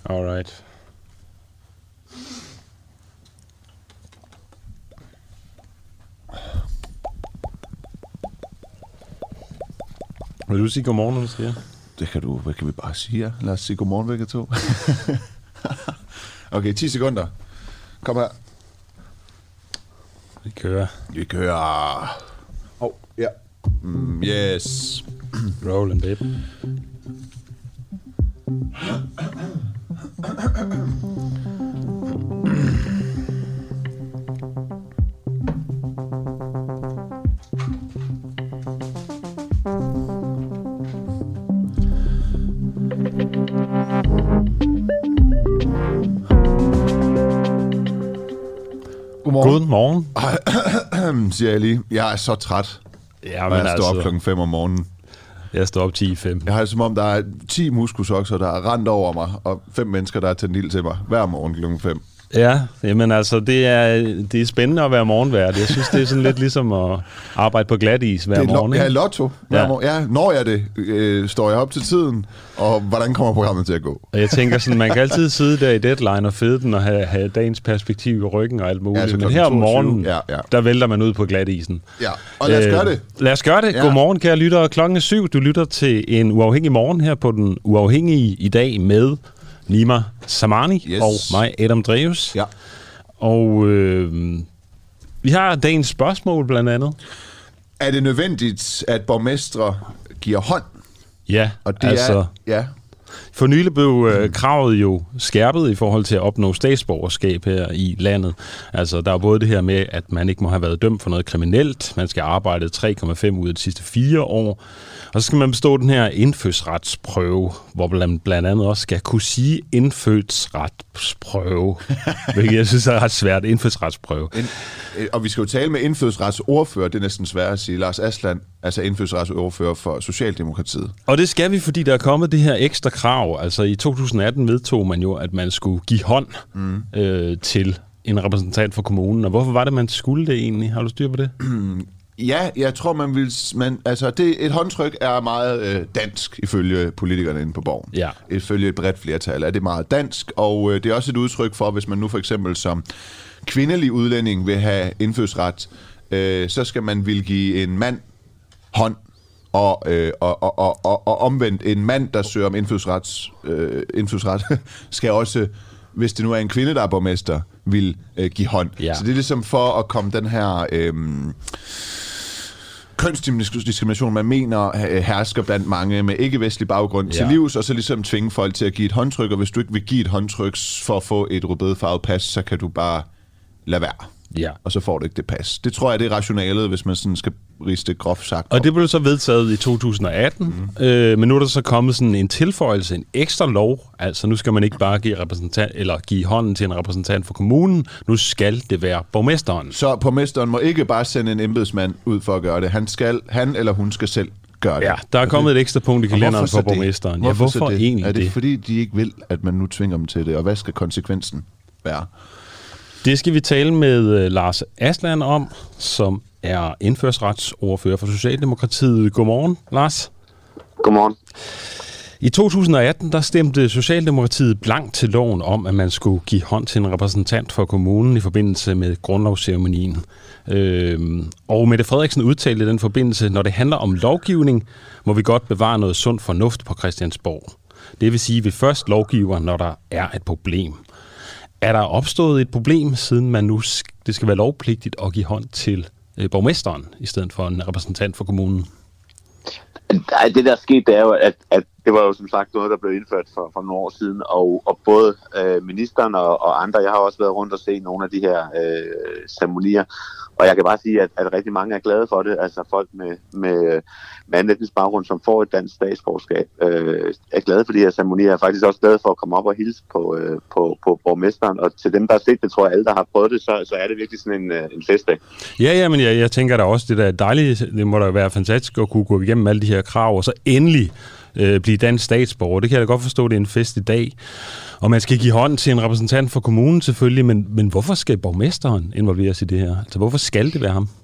Alright. Vil du sige godmorgen, når du siger? Det kan du. Hvad kan vi bare sige? Ja? Lad os sige godmorgen, begge to. Okay, 10 sekunder. Kom her. Vi kører. Ja. Yes. Rolling, baby. Godmorgen. Siger jeg lige. Jeg er så træt. Ja, men jeg står op klokken 5 om morgenen. Jeg står op 10-5. Jeg har det som om, der er 10 muskusokser, der er rendt over mig, og 5 mennesker, der er tændt ild til mig hver morgen klokken 5. Ja, jamen altså, det er spændende at være morgenvært. Jeg synes, det er sådan lidt ligesom at arbejde på glatis hver morgen. Ja, lotto hver morgen. Ja, når jeg det, står jeg op til tiden, og hvordan kommer programmet til at gå? Og jeg tænker sådan, man kan altid sidde der i Deadline og fede den og have dagens perspektiv i ryggen og alt muligt. Ja, men her om morgenen, der vælter man ud på glatisen. Ja, og lad os gøre det. Lad os gøre det. Ja. Godmorgen, kære lyttere. Klokken er 7. Du lytter til en uafhængig morgen her på Den Uafhængige i dag med Nima Samani og mig, Adam Dreves. Ja. Og vi har dagens spørgsmål blandt andet. Er det nødvendigt, at borgmestre giver hånd? Ja, og det altså... Ja. For nylig blev kravet jo skærpet i forhold til at opnå statsborgerskab her i landet. Altså, der er både det her med, at man ikke må have været dømt for noget kriminelt. Man skal arbejde 3,5 ud af de sidste 4 år. Og så skal man bestå den her indfødsretsprøve, hvor man blandt andet også skal kunne sige indfødsretsprøve. Hvilket jeg synes er ret svært, indfødsretsprøve. Og vi skal jo tale med indfødsretsordfører, det er næsten svært at sige, Lars Aslan, altså indfødsretsordfører for Socialdemokratiet. Og det skal vi, fordi der er kommet det her ekstra krav. Altså i 2018 vedtog man jo, at man skulle give hånd til en repræsentant for kommunen. Og hvorfor var det, man skulle det egentlig? Har du styr på det? Ja, jeg tror, et håndtryk er meget dansk, ifølge politikerne inde på Borgen. Ja. Ifølge et bredt flertal er det meget dansk, og det er også et udtryk for, hvis man nu for eksempel som kvindelig udlænding vil have indfødsret, så skal man vil give en mand hånd, og omvendt en mand, der søger om indfødsret, skal også, hvis det nu er en kvinde, der er borgmester, vil give hånd. Ja. Så det er ligesom for at komme den her kønsdiskrimination, man mener hersker blandt mange med ikke-vestlig baggrund til livs, og så ligesom tvinge folk til at give et håndtryk, og hvis du ikke vil give et håndtryk for at få et rødbedefarvet pas, så kan du bare lade være. Ja. Og så får du ikke det pas. Det tror jeg, det er rationalet, hvis man sådan skal riste det groft sagt. Og det blev så vedtaget i 2018, men nu er der så kommet sådan en tilføjelse, en ekstra lov. Altså nu skal man ikke bare give hånden til en repræsentant for kommunen, nu skal det være borgmesteren. Så borgmesteren må ikke bare sende en embedsmand ud for at gøre det. Han eller hun skal selv gøre det. Ja, der er kommet et ekstra punkt i kalenderen for borgmesteren. Hvorfor egentlig det? Er det fordi, de ikke vil, at man nu tvinger dem til det? Og hvad skal konsekvensen være? Det skal vi tale med Lars Aslan om, som er indfødsretsordfører for Socialdemokratiet. Godmorgen, Lars. Godmorgen. I 2018 der stemte Socialdemokratiet blankt til loven om, at man skulle give hånd til en repræsentant for kommunen i forbindelse med grundlovsceremonien. Og Mette Frederiksen udtalte i den forbindelse, når det handler om lovgivning, må vi godt bevare noget sund fornuft på Christiansborg. Det vil sige, at vi først lovgiver, når der er et problem. Er der opstået et problem, siden man nu det skal være lovpligtigt at give hånd til borgmesteren, i stedet for en repræsentant for kommunen? Nej, det der skete, det er jo, at det var jo som sagt noget, der blev indført for nogle år siden, og både ministeren og andre, jeg har også været rundt og se nogle af de her ceremonier, og jeg kan bare sige, at rigtig mange er glade for det, altså folk med anden etnisk baggrund, som får et dansk statsborgerskab, er glade for de her ceremonier, er faktisk også glade for at komme op og hilse på borgmesteren, og til dem, der har set det, tror jeg, alle, der har prøvet det, så er det virkelig sådan en festdag. Ja, men jeg tænker da også, det der er dejligt, det må da være fantastisk at kunne gå igennem alle de her krav, og så endelig blive dansk statsborger. Det kan jeg da godt forstå, det er en fest i dag. Og man skal give hånd til en repræsentant for kommunen selvfølgelig, men hvorfor skal borgmesteren involveres i det her? Altså, hvorfor skal det være ham?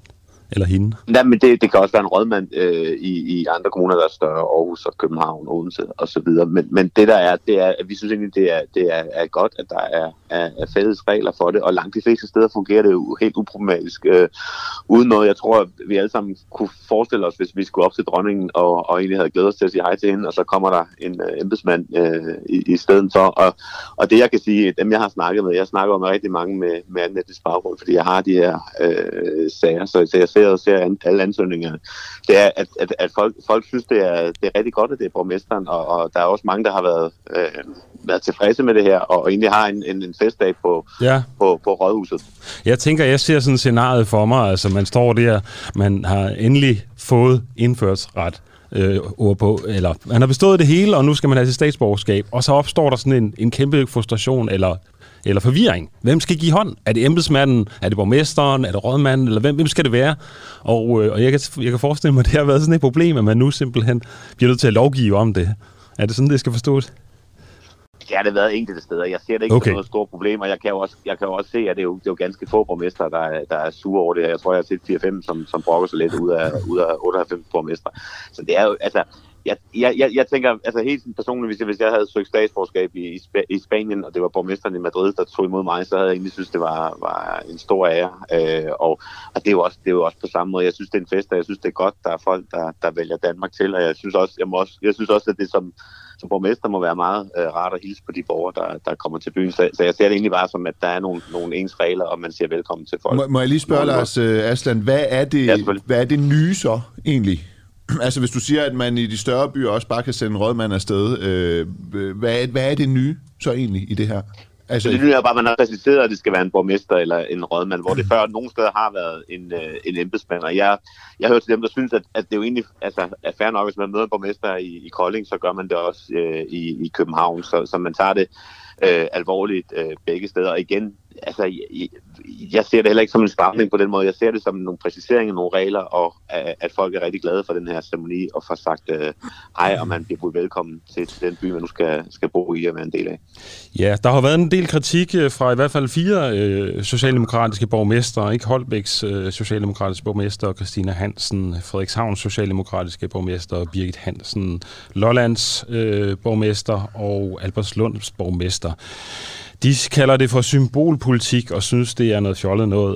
Eller hende? Ja, men det kan også være en rådmand i andre kommuner, der er større, Aarhus og København, Odense og så videre. Men det der er, det er, at vi synes egentlig, det er godt, at der er fælles regler for det, og langt de fleste steder fungerer det jo helt uproblematisk. Uden noget, jeg tror, vi alle sammen kunne forestille os, hvis vi skulle op til dronningen og egentlig havde glædet os til at sige hej til hende, og så kommer der en embedsmand i stedet for. Og det jeg kan sige, dem jeg har snakket med, jeg snakker med rigtig mange med anden etnisk baggrund, fordi jeg har de her sager, så jeg ser alle ansøgningerne. Det er, at folk synes, det er rigtig godt, at det er borgmesteren, og der er også mange, der har været tilfredse med det her, og egentlig har en festdag på rådhuset. Jeg tænker, jeg ser sådan et scenarie for mig, altså man står der, man har endelig fået indfødsret ord på, eller man har bestået det hele, og nu skal man have sit statsborgerskab, og så opstår der sådan en kæmpe frustration, eller forvirring. Hvem skal give hånd? Er det embedsmanden? Er det borgmesteren? Er det rådmanden? Eller hvem skal det være? Og jeg kan forestille mig, at det har været sådan et problem, at man nu simpelthen bliver nødt til at lovgive om det. Er det sådan, det skal forstås? Ja, det har været enkelte steder. Jeg ser det ikke som noget stort problem, og jeg kan jo også se, at det er jo ganske få borgmester, der er sure over det her. Jeg tror, jeg har set 4-5, som brokker sig lidt ud af 98 borgmestre. Så det er jo, altså... Jeg tænker, altså helt personligt, hvis jeg havde søgt statsborgerskab i Spanien, og det var borgmesteren i Madrid, der tog imod mig, så havde jeg egentlig synes, det var en stor ære. Og det er jo også på samme måde. Jeg synes, det er en fest, og jeg synes, det er godt, der er folk, der vælger Danmark til. Og jeg synes også, at det som borgmester må være meget rart at hilse på de borgere, der kommer til byen. Så jeg ser det egentlig bare som, at der er nogle ens regler, og man siger velkommen til folk. Må jeg lige spørge, Lars Aslan, hvad er det nye så egentlig? Altså hvis du siger, at man i de større byer også bare kan sende en rådmand afsted, hvad er det nye så egentlig i det her? Altså, det nye er bare, at man har præciseret, at det skal være en borgmester eller en rådmand, hvor det før nogle steder har været en embedsmand. Og jeg hører til dem, der synes, at det jo egentlig er fair nok, hvis man møder en borgmester i Kolding, så gør man det også i København, så man tager det alvorligt begge steder. Og igen, altså, jeg ser det heller ikke som en stramning på den måde. Jeg ser det som nogle præciseringer, nogle regler, og at folk er rigtig glade for den her ceremoni, og får sagt hej, og man bliver budt velkommen til den by, man nu skal bo i og være en del af. Ja, der har været en del kritik fra i hvert fald 4 socialdemokratiske borgmestre, ikke Holbæks socialdemokratiske borgmester, Christina Hansen, Frederikshavns socialdemokratiske borgmester, Birgit Hansen, Lollands borgmester og Albertslunds borgmester. De kalder det for symbolpolitik og synes, det er noget fjollet noget,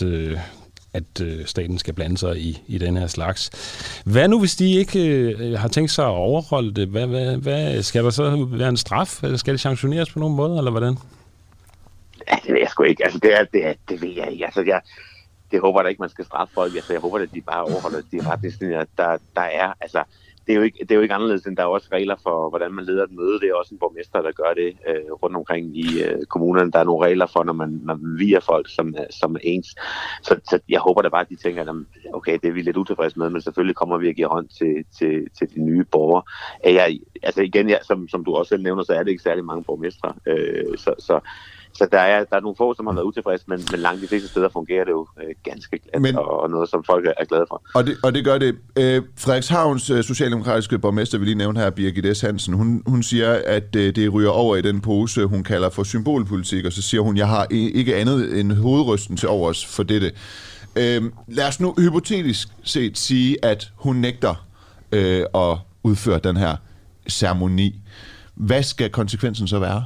at staten skal blande sig i den her slags. Hvad nu, hvis de ikke har tænkt sig at overholde det? Hvad skal der så være en straf? Eller skal det sanktioneres på nogen måde, eller hvordan? Ja, det ved jeg sgu ikke. Altså, det ved jeg ikke. Altså, det håber jeg ikke, man skal straffe folk. Altså, jeg håber, at de bare overholder de retningslinjer, der er. Altså, det er jo ikke anderledes, end der er også regler for, hvordan man leder et møde. Det er også en borgmester, der gør det rundt omkring i kommunerne. Der er nogle regler for, når man vier folk, som er ens. Så jeg håber da bare, at de tænker, at okay, det er vi lidt utilfredse med, men selvfølgelig kommer vi at give hånd til de nye borgere. Altså igen, som du også selv nævner, så er det ikke særlig mange borgmestre. Så der er nogle få, som har været utilfredse, men langt de fleste steder fungerer det jo ganske glat, og noget, som folk er glade for. Og det gør det. Frederikshavns socialdemokratiske borgmester, vi lige nævne her, Birgit S. Hansen, hun siger, at det ryger over i den pose, hun kalder for symbolpolitik, og så siger hun, jeg har ikke andet end hovedrysten til overs for dette. Lad os nu hypotetisk set sige, at hun nægter at udføre den her ceremoni. Hvad skal konsekvensen så være?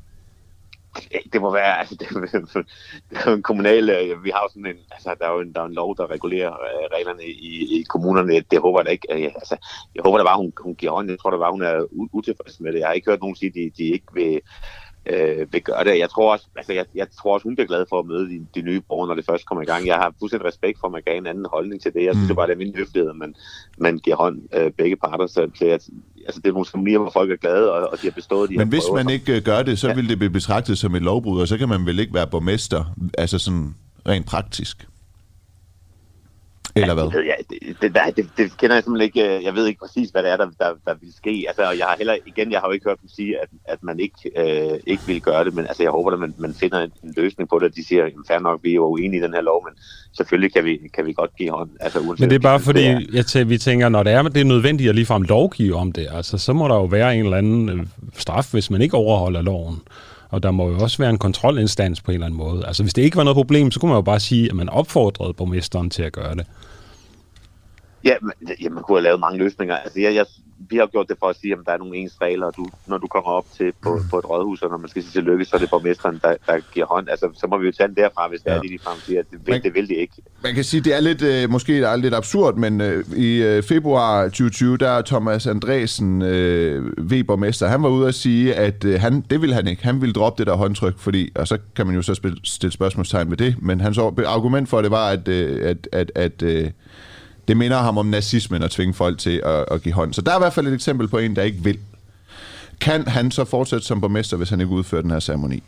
Det må være, altså det er jo en kommunal, vi har jo sådan en, altså der er jo en lov, der regulerer reglerne i kommunerne. Det håber jeg da ikke, altså jeg håber da bare, hun giver hånd. Jeg tror da bare, hun er utilfreds med det. Jeg har ikke hørt nogen sige, at de ikke vil gøre det. Jeg tror også, hun bliver glad for at møde de nye borgere, når det først kommer i gang. Jeg har fuldstændig respekt for, at man kan have en anden holdning til det. Jeg synes bare, det er min høflighed, man giver hånd begge parter til at altså det er nogle ceremonier, hvor folk er glade, og de har bestået de her. Men hvis man ikke gør det, så vil det blive betragtet som et lovbrud, og så kan man vel ikke være borgmester, altså sådan rent praktisk? Eller hvad? Det kender jeg simpelthen ikke. Jeg ved ikke præcis, hvad det er, der vil ske. Altså, og jeg har jo ikke hørt dem sige, at man ikke vil gøre det, men altså, jeg håber, at man finder en løsning på det. De siger, fair nok, vi er jo uenige i den her lov, men selvfølgelig kan vi godt give hånd. Altså, men det er bare fordi, vi tænker, når det er nødvendigt at ligefrem lovgive om det, altså, så må der jo være en eller anden straf, hvis man ikke overholder loven. Og der må jo også være en kontrolinstans på en eller anden måde. Altså, hvis det ikke var noget problem, så kunne man jo bare sige, at man opfordrede borgmesteren til at gøre det. Ja, man kunne have lavet mange løsninger. Altså, vi har gjort det for at sige, at der er nogle ens regler, og når du kommer op til på et rådhus, og når man skal sige tillykke, så er det borgmesteren, der giver hånd. Altså, så må vi jo tage den derfra, hvis det er, de ligefrem siger, at det vil de ikke. Man kan sige, det er lidt, måske er lidt absurd, men i februar 2020, der er Thomas Andresen, V-borgmester, han var ude at sige, at det ville han ikke. Han ville droppe det der håndtryk, fordi, og så kan man jo så stille spørgsmålstegn ved det, men hans argument for det var, at det minder ham om nazismen at tvinge folk til at give hånd. Så der er i hvert fald et eksempel på en, der ikke vil. Kan han så fortsætte som borgmester, hvis han ikke udfører den her ceremoni?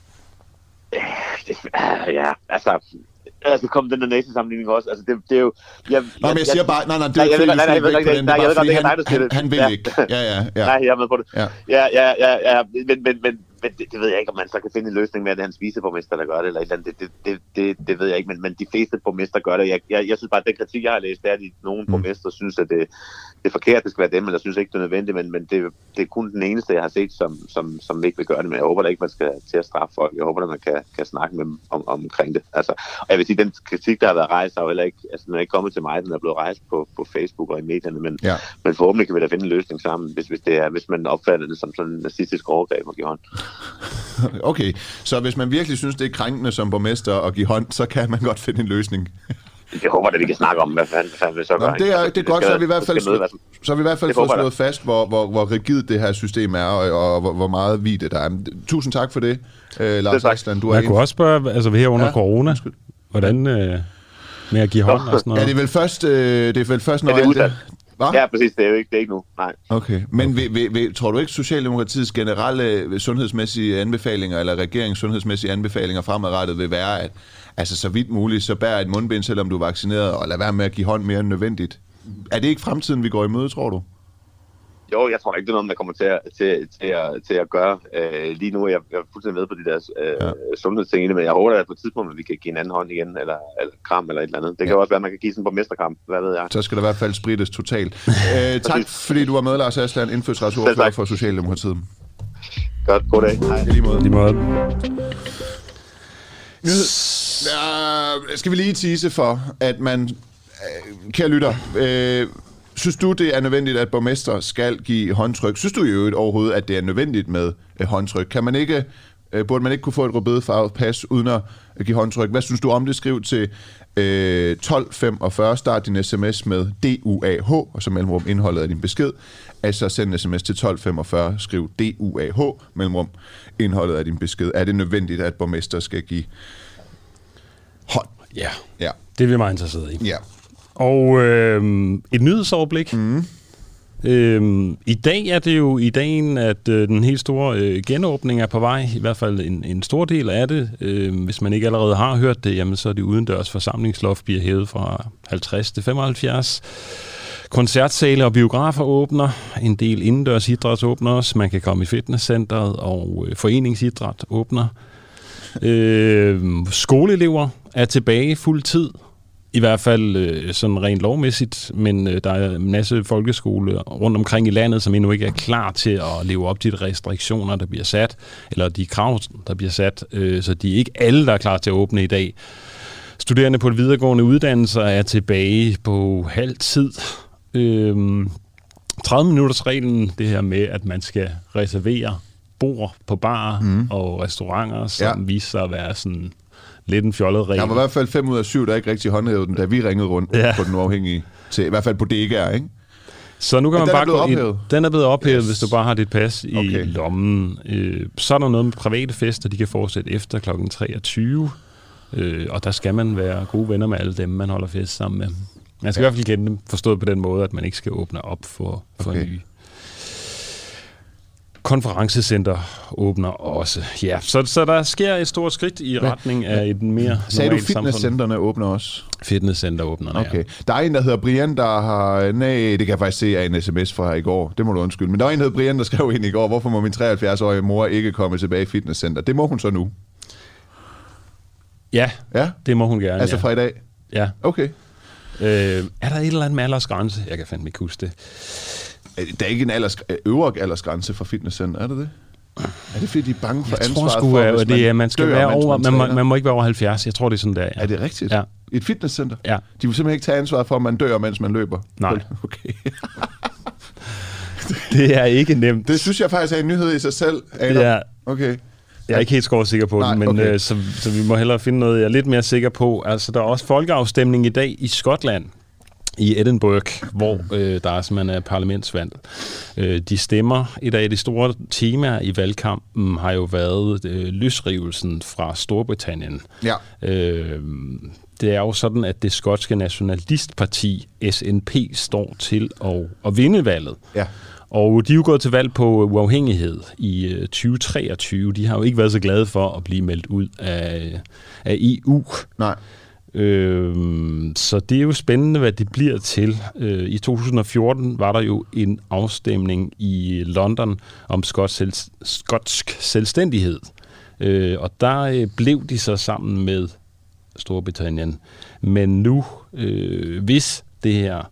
Ja, altså kom den der nazi-sammenligning også. Altså det er jo... men jeg siger bare... Nej, det er jo ikke, han vil ikke. Ja. Nej, jeg er med på det. Ja, men det ved jeg ikke, om man så kan finde en løsning med, at det er hans viceborgmester, der gør det, eller et eller andet. Det ved jeg ikke, men de fleste borgmester gør det. Jeg synes bare, at den kritik, jeg har læst, er, at nogle borgmester synes, at det er forkert, det skal være dem, eller synes ikke, det er nødvendigt, men det er kun den eneste, jeg har set, som ikke vil gøre det. Men jeg håber da ikke, man skal til at straffe folk. Jeg håber, at man kan snakke med dem omkring det. Altså, og jeg vil sige, den kritik, der har været rejst, er jo heller ikke, altså den er ikke kommet til mig, den er blevet rejst på Facebook og i medierne, men forhåbentlig kan vi da finde en løsning sammen, hvis man opfatter det som sådan en nazistisk overgreb at give hånd. Okay, så hvis man virkelig synes, det er krænkende som borgmester at give hånd, så kan man godt finde en løsning. Jeg håber, at vi kan snakke om, hvad fanden vi så gør. Det er godt, så har vi i hvert fald fået slået fast, hvor rigidt det her system er, og hvor meget vide der er. Tusind tak for det, Lars Aslan. Jeg kunne også spørge, altså her under corona, hvordan med at give hånd og sådan noget? Ja, det er vel først når alt det... Ja, præcis. Det er ikke nu. Nej. Okay. Men tror du ikke, Socialdemokratiets generelle sundhedsmæssige anbefalinger, eller regeringens sundhedsmæssige anbefalinger fremadrettet vil være, at altså så vidt muligt, så bær et mundbind, selvom du er vaccineret, og lad være med at give hånd mere end nødvendigt? Er det ikke fremtiden, vi går i møde, tror du? Jo, jeg tror ikke, det er noget, der kommer til at gøre. Lige nu er jeg fuldstændig med på de der sundhedsting i det, men jeg håber, at på et tidspunkt, at vi kan give en anden hånd igen, eller kram, eller et eller andet. Det kan også være, at man kan give sådan en borgmesterkram. Hvad ved jeg? Så skal der i hvert fald sprittes totalt. Tak, fordi du var med, Lars Aslan, indfødsretsordfører for Socialdemokratiet. Godt, god dag. Hej. Lige måde. Skal vi lige tease for, at man, kære lytter, synes du, det er nødvendigt, at borgmester skal give håndtryk? Synes du jo overhovedet, at det er nødvendigt med håndtryk? Burde man ikke kunne få et rødbedefarvet pas uden at give håndtryk? Hvad synes du om det? Skriv til 1245. Start din sms med DUAH, og så mellemrum indholdet af din besked. Altså send en sms til 1245. Skriv DUAH, mellemrum indholdet af din besked. Er det nødvendigt, at borgmester skal give hånd? Ja. Det er vi meget interesseret i. Ja. Og et nyhedsoverblik. I dag er det jo i dagen, at den helt store genåbning er på vej. I hvert fald en stor del af det. Hvis man ikke allerede har hørt det, jamen, så er det udendørs forsamlingsloft bliver hævet fra 50 til 75. Koncertsale og biografer åbner. En del indendørs idræt åbner også. Man kan komme i fitnesscenteret, og foreningsidræt åbner. Skoleelever er tilbage fuld tid. I hvert fald sådan rent lovmæssigt, men der er en masse folkeskoler rundt omkring i landet, som endnu ikke er klar til at leve op til de restriktioner, der bliver sat, eller de krav, der bliver sat, så de er ikke alle, der er klar til at åbne i dag. Studerende på de videregående uddannelser er tilbage på halv tid. 30-minutters reglen, det her med, at man skal reservere bord på barer og restauranter, som viser sig at være sådan lidt en fjollet regel. Der var i hvert fald 5 ud af 7, der ikke rigtig håndhævede den, da vi ringede rundt på den uafhængige til, i hvert fald bodegaer, ikke? Så nu kan man bare gå ind. Den er blevet ophævet, hvis du bare har dit pas i lommen. Så er der noget med private fester, de kan fortsætte efter kl. 23. Og der skal man være gode venner med alle dem, man holder fest sammen med. Man skal i hvert fald kende dem, forstået på den måde, at man ikke skal åbne op for nye. Konferencecenter åbner også. Ja, så der sker et stort skridt i retning af et mere normalt samfund. Sagde du, fitnesscenterne åbner også? Fitnesscenter åbner, okay. Der er en, der hedder Brian, der har... Nej, det kan jeg faktisk se af en sms fra i går. Det må du undskylde. Men der er en, der hedder Brian, der skrev ind i går, hvorfor må min 73-årige mor ikke komme tilbage i fitnesscenter? Det må hun så nu. Ja, det må hun gerne. Altså fra i dag? Ja. Okay. Er der et eller andet med aldersgrænse? Jeg kan fandme ikke huske det. Der er ikke en øvre aldersgrænse for fitnesscenter, er det det? Er det fordi, de er bange for ansvaret for, hvis man man skal være over, man må ikke være over 70. Jeg tror, det er sådan der. Ja. Er det rigtigt? Ja. I et fitnesscenter? Ja. De vil simpelthen ikke tage ansvar for, at man dør, mens man løber? Nej. Okay. Det er ikke nemt. Det synes jeg faktisk er en nyhed i sig selv, Adam. Ja. Okay. Jeg er ikke helt sikker på den, men okay. Så vi må hellere finde noget, jeg er lidt mere sikker på. Altså, der er også folkeafstemning i dag i Skotland, i Edinburgh, hvor der er simpelthen parlamentsvalg. De stemmer. Et af de store temaer i valgkampen har jo været løsrivelsen fra Storbritannien. Ja. Det er jo sådan, at det skotske nationalistparti SNP står til at vinde valget. Ja. Og de er jo gået til valg på uafhængighed i 2023. De har jo ikke været så glade for at blive meldt ud af EU. Nej. Så det er jo spændende, hvad det bliver til. I 2014 var der jo en afstemning i London om skotsk selvstændighed. Og der blev de så sammen med Storbritannien. Men nu, hvis det her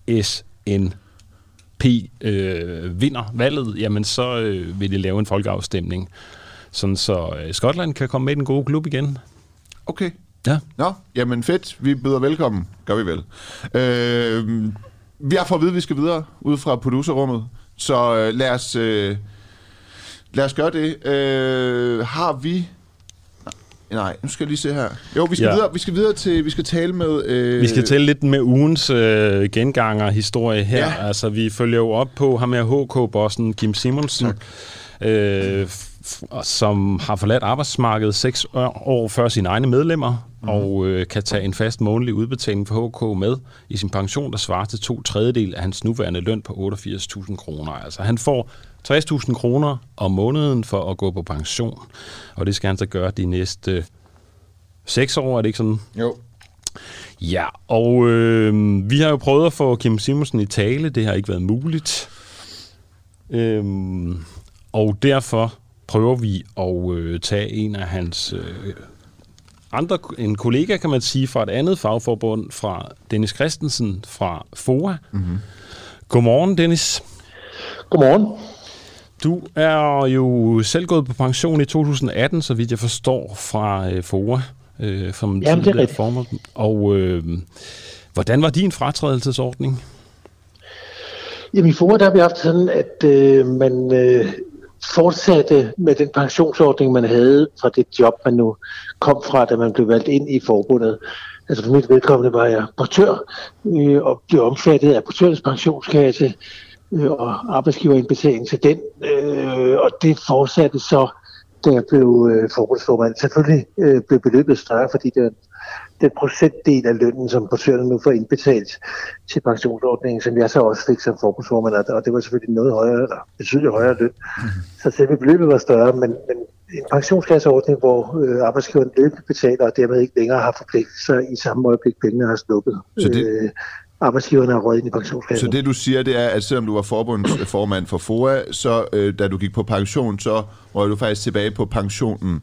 SNP vinder valget, jamen så vil de lave en folkeafstemning, sådan så Skotland kan komme med i den gode klub igen. Okay. Ja. Nå, jamen fedt. Vi byder velkommen. Gør vi vel. Vi har fået at vide, at vi skal videre ud fra producerrummet. Så lad os gøre det. Har vi... Nej, nu skal jeg lige se her. Jo, vi skal videre. Vi skal videre til... Vi skal tale med... Vi skal tale lidt med ugens genganger-historie her. Ja. Altså, vi følger jo op på ham her HK-bossen Kim Simonsen. Som har forladt arbejdsmarkedet 6 år før sine egne medlemmer, og kan tage en fast månedlig udbetaling for HK med i sin pension, der svarer til 2/3 af hans nuværende løn på 88.000 kroner. Altså han får 60.000 kroner om måneden for at gå på pension, og det skal han så gøre de næste 6 år, er det ikke sådan? Jo. Ja, og vi har jo prøvet at få Kim Simonsen i tale, det har ikke været muligt. Og derfor prøver vi at tage en af hans en kollega, kan man sige, fra et andet fagforbund, fra Dennis Christensen fra FOA. Mm-hmm. Godmorgen, Dennis. Godmorgen. Du er jo selv gået på pension i 2018, så vidt jeg forstår, fra FOA. Jamen, det er rigtigt. Formål. Og hvordan var din fratrædelsesordning? Jamen i FOA, der har vi haft sådan, at man fortsatte med den pensionsordning, man havde fra det job, man nu kom fra, da man blev valgt ind i forbundet. Altså for mit vedkommende var jeg portør, og blev omfattet af portørens pensionskasse og arbejdsgiverindbetaling til den. Og det fortsatte så, da jeg blev forbundsformand. Selvfølgelig blev beløbet større, fordi det er den procentdel af lønnen, som portørerne nu får indbetalt til pensionsordningen, som jeg så også fik som forbundsformand, og det var selvfølgelig noget højere, eller betydeligt højere løn. Så selve beløbet var større, men en pensionskasseordning, hvor arbejdsgiveren løbende betaler, og dermed ikke længere har forpligtelser i samme øjeblik, pengene har sluppet. Så det... Arbejdsgiverne har røget ind i pensionskassen. Så det du siger, det er, at selvom du var forbundsformand for FOA, så da du gik på pension, så røg du faktisk tilbage på pensionen,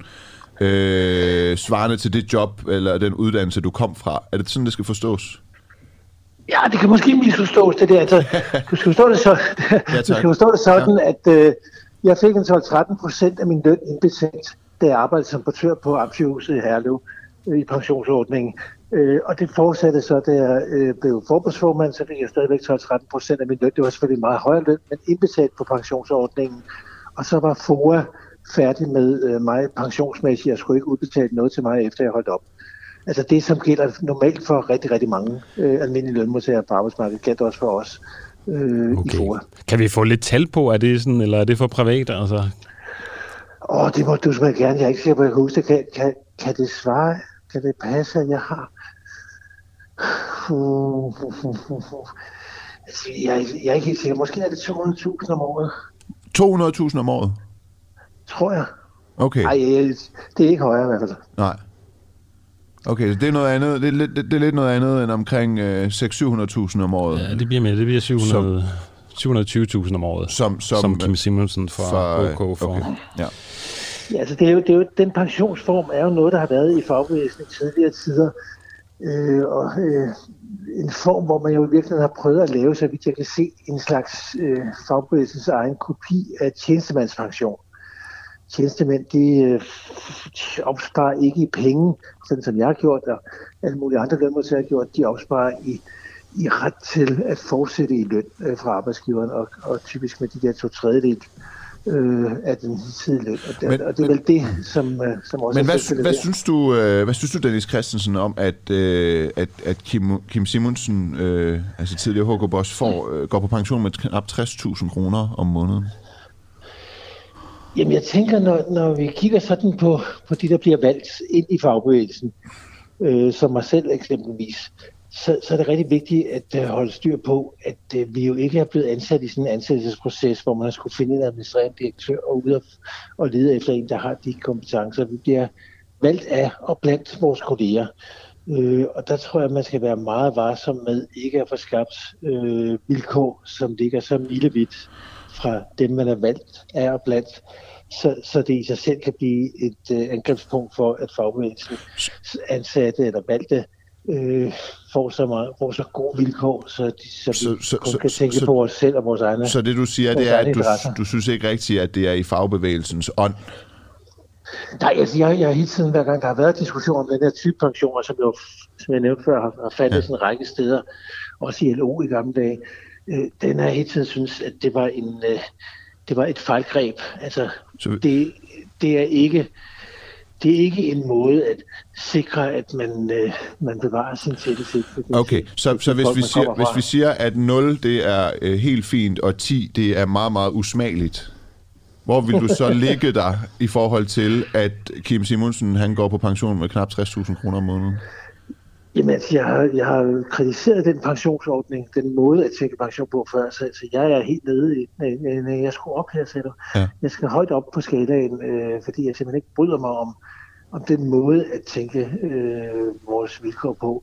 svarende til det job eller den uddannelse, du kom fra. Er det sådan, det skal forstås? Ja, det kan måske misforstås, det der. Altså, du skal forstå det sådan, at jeg fik en 12-13% af min løn indbetalt, da jeg arbejdede som portør på Amtshuset i Herlev i pensionsordningen. Og det fortsatte så, da jeg blev forbundsformand, så fik jeg stadigvæk 12-13% af min løn. Det var selvfølgelig meget højere løn, men indbetalt på pensionsordningen. Og så var FOA færdig med mig pensionsmæssigt. Jeg skulle ikke udbetale noget til mig, efter jeg holdt op. Altså det, som gælder normalt for rigtig, rigtig mange almindelige lønmodtagere på arbejdsmarkedet, gælder også for os i FOA. Kan vi få lidt tal på? Er det sådan, eller er det for privat? Altså? Det må du selvfølgelig gerne. Jeg er ikke sikker på, at jeg kan huske det. Kan det svare? Kan det passe, at jeg har... Jeg er ikke helt sikker. Måske er det 200.000 om året. 200.000 om året? Tror jeg. Okay. Nej, det er ikke højere i hvert fald. Nej. Okay, så det er noget andet. Det er lidt noget andet end omkring 600-700.000 om året. Ja, det bliver mere. Det bliver 720.000 om året. Som Kim Simonsen fra HK for. Okay. Ja. Ja, altså det er jo den pensionsform er jo noget, der har været i fagbevægelsen i tidligere tider. En form, hvor man jo i virkeligheden har prøvet at lave, så vidt jeg kan se, en slags fagbevægelsens egen kopi af tjenestemandspension. Tjenestemænd, de opsparer ikke i penge, sådan som jeg har gjort, og alle mulige andre lønmodtagere har gjort. De opsparer i ret til at fortsætte i løn fra arbejdsgiveren, og typisk med de der 2/3 af den tidlige løn. Og det er vel det, som også... Men hvad synes du, Dennis Christensen, om, at Kim Simonsen, altså tidligere HK-boss, går på pension med knap 60.000 kroner om måneden? Jamen, jeg tænker, når vi kigger sådan på de, der bliver valgt ind i fagbevægelsen, som mig selv eksempelvis, så er det rigtig vigtigt at holde styr på, at vi jo ikke er blevet ansat i sådan en ansættelsesproces, hvor man skulle finde en administrerende direktør og ud og lede efter en, der har de kompetencer. Vi bliver valgt af og blandt vores kolleger. Og der tror jeg, at man skal være meget varsom med ikke at få skabt vilkår, som ligger så milevidt fra dem, man er valgt af og blandt, så det i sig selv kan blive et angrebspunkt for, at fagbevægelsen ansatte eller valgte får så gode vilkår, så vi kun kan tænke på os selv og vores egne. Så det du siger, det er, at du synes ikke rigtigt, at det er i fagbevægelsens ånd? Nej, altså jeg har hele tiden, hver gang der har været diskussion om den her type pensioner, som jeg nævnte før, har fandt en række steder, også i LO i gamle dage, den har hele tiden synes, at det var et fejlgreb. Altså, det er ikke en måde at sikre, at man bevarer sin selvtægt. Okay, så hvis vi siger, at 0 det er helt fint, og 10 det er meget, meget usmageligt, hvor vil du så ligge der i forhold til, at Kim Simonsen han går på pension med knap 60.000 kroner om måneden? Jamen, jeg har kritiseret den pensionsordning, den måde at tænke pension på før, så jeg er helt nede i jeg skulle op her, sagde du. Ja. Jeg skal højt op på skalaen, fordi jeg simpelthen ikke bryder mig om den måde at tænke vores vilkår på.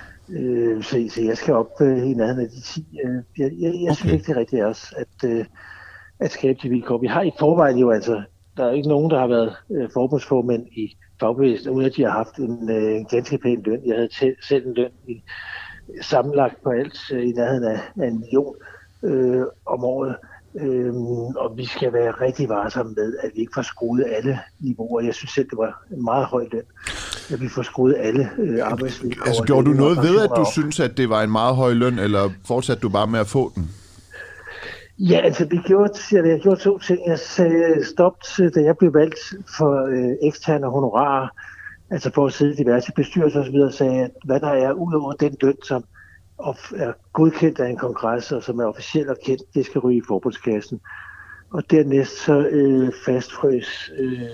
Så jeg skal op i nærheden af de 10. Jeg synes ikke, det er rigtigt også, at skabe de vilkår. Vi har i forvejen jo altså, der er ikke nogen, der har været forbundsformænd i fagbevægelsen, uden at de har haft en ganske pæn løn. Jeg havde selv en løn sammenlagt på alt i nærheden af 1 million om året. Og vi skal være rigtig varsomme med, at vi ikke får skruet alle niveauer. Jeg synes selv, det var en meget høj løn, at vi får skruet alle arbejdsvilkår. Altså gjorde du noget ved, at du synes, at det var en meget høj løn, eller fortsatte du bare med at få den? Ja, altså jeg gjorde 2 ting. Jeg sagde stop, da jeg blev valgt for eksterne honorarer, altså for at sidde i diverse bestyrelser osv., og sagde, at hvad der er ud over den løn, som er godkendt af en kongres, og som er officielt og kendt, det skal ryge i forbundskassen. Og dernæst så fastfrøs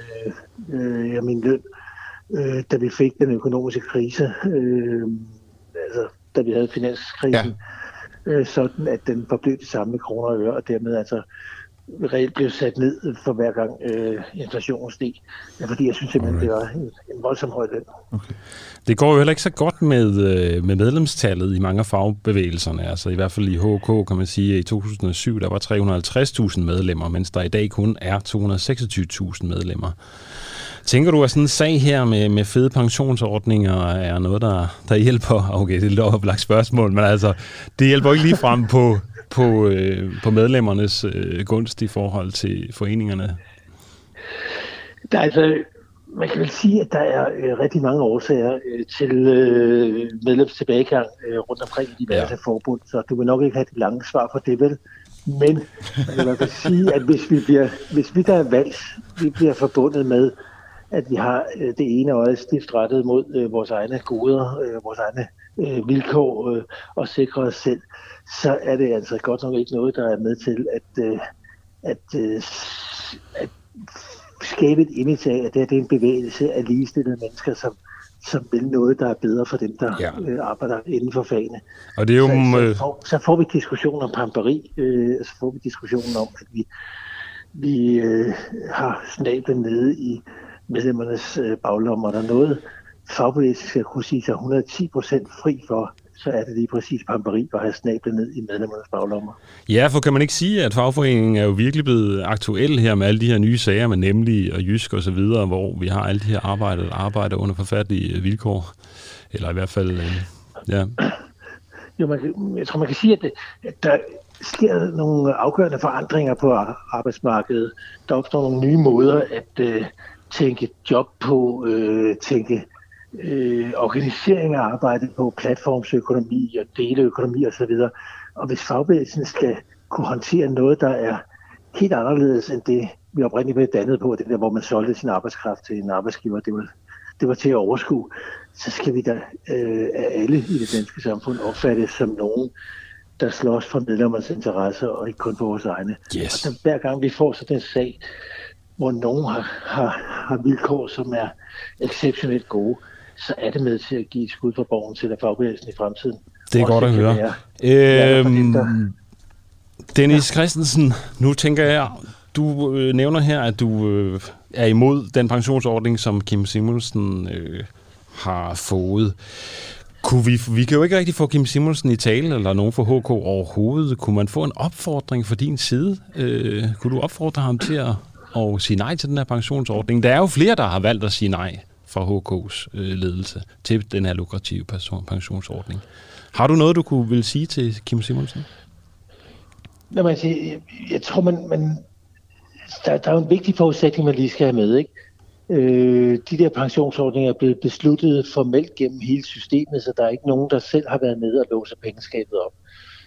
jeg min løn, da vi fik den økonomiske krise, altså da vi havde finanskrisen. Ja. Sådan at den forblev det samme med kroner og øre, og dermed altså reelt blev sat ned for hver gang inflationen steg. Ja, fordi jeg synes simpelthen, det var en voldsom høj løn. Okay. Det går jo heller ikke så godt med medlemstallet i mange af fagbevægelserne. Altså i hvert fald i HK kan man sige, at i 2007 der var 350.000 medlemmer, mens der i dag kun er 226.000 medlemmer. Tænker du, at sådan en sag her med fede pensionsordninger er noget, der hjælper? Okay, det er lidt oplagt spørgsmål, men altså, det hjælper ikke lige frem på medlemmernes gunst i forhold til foreningerne? Der er altså, man kan vel sige, at der er rigtig mange årsager til medlemstilbagegang rundt omkring i diverse forbund, så du vil nok ikke have det lange svar på det, vel? Men man kan sige, at hvis vi der er valgt, vi bliver forbundet med, at vi har det ene øje stift rettet mod vores egne goder, vores egne vilkår og sikre os selv, så er det altså godt nok ikke noget, der er med til at skabe et image af, at det er en bevægelse af ligestillede mennesker, som vil noget, der er bedre for dem, der arbejder inden for fagene. Og det er jo så får vi diskussionen om pamperi, så får vi diskussionen om, at vi har snablet nede i medlemmernes baglommer. Der er noget, fagbevægelsen skal kunne sige sig 110% fri for, så er det lige præcis pamperi at have snablet ned i medlemmernes baglommer. Ja, for kan man ikke sige, at fagforeningen er jo virkelig blevet aktuel her med alle de her nye sager med Nemlig og Jysk og så videre, hvor vi har alle de her arbejder under forfærdelige vilkår, eller i hvert fald, ja. Jo, jeg tror, man kan sige, at der sker nogle afgørende forandringer på arbejdsmarkedet. Der opstår nogle nye måder tænke job på, tænke organisering af arbejdet på, platformsøkonomi og deleøkonomi osv. Og hvis fagbevægelsen skal kunne håndtere noget, der er helt anderledes end det, vi oprindeligt blev dannet på, det der, hvor man solgte sin arbejdskraft til en arbejdsgiver, det var til at overskue, så skal vi da af alle i det danske samfund opfattes som nogen, der slås for medlemmers interesser, og ikke kun for vores egne. Yes. Og hver gang vi får sådan en sag, hvor nogen har vilkår, som er exceptionelt gode, så er det med til at give et skud for borgen til fagbevægelsen i fremtiden. Det er godt at høre. Dennis Christensen, nu tænker jeg, du nævner her, at du er imod den pensionsordning, som Kim Simonsen har fået. Vi kan jo ikke rigtig få Kim Simonsen i tale, eller nogen fra HK overhovedet. Kunne man få en opfordring fra din side? Kunne du opfordre ham til at sige nej til den her pensionsordning? Der er jo flere, der har valgt at sige nej fra HK's ledelse til den her lukrative pensionsordning. Har du noget, du vil sige til Kim Simonsen? Jamen, jeg tror, der er jo en vigtig forudsætning, man lige skal have med, ikke? De der pensionsordninger er blevet besluttet formelt gennem hele systemet, så der er ikke nogen, der selv har været nede og låse pengeskabet op.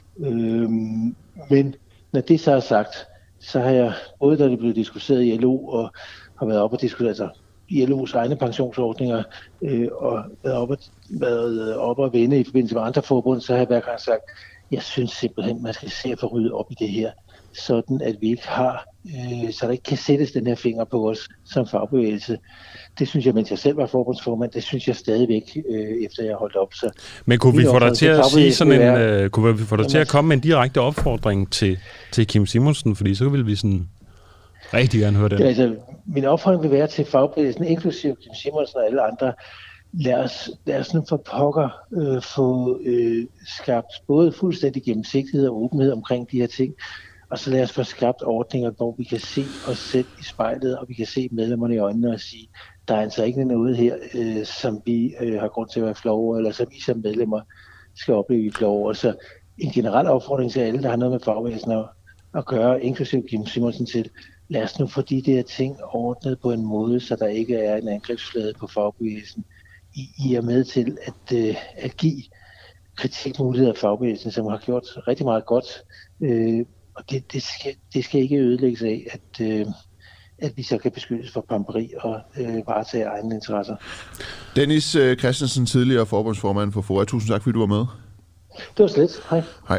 Men når det så er sagt, så har jeg, både da det blev diskuteret i LO, og har været op og diskuteret, altså i LO's egne pensionsordninger, og været op og vende i forbindelse med andre forbund, så har jeg hver gang sagt, jeg synes simpelthen, man skal se at få ryddet op i det her, sådan at vi ikke har, så der ikke kan sættes den her finger på os som fagbevægelse. Det synes jeg, mens jeg selv var forbundsformand, det synes jeg stadigvæk, efter jeg holdt op. Så men kunne vi få dig til at sige sådan kunne vi få dig til at komme med en direkte opfordring til Kim Simonsen, fordi så ville vi sådan rigtig gerne høre det. Ja, altså, min opfordring vil være til fagbevægelsen, inklusive Kim Simonsen og alle andre. Lad os nu for pokker få skabt både fuldstændig gennemsigtighed og åbenhed omkring de her ting, og så lad os få skabt ordninger, hvor vi kan se os selv i spejlet, og vi kan se medlemmerne i øjnene og sige, der er altså ikke noget her, som vi har grund til at være flove over, eller som I som medlemmer skal opleve i flove over. Så en generel opfordring til alle, der har noget med fagbevægelsen at gøre, inklusive Kim Simonsen til, lad os nu få de der ting ordnet på en måde, så der ikke er en angrebsflade på fagbevægelsen. I er med til at give kritikmuligheder af fagbevægelsen, som har gjort rigtig meget godt. Og det skal ikke ødelægges af, at vi så kan beskyttes for pamperi og varetage egne interesser. Dennis Christensen, tidligere forbundsformand for FOA. Tusind tak, fordi du var med. Det var slet. Hej. Hej.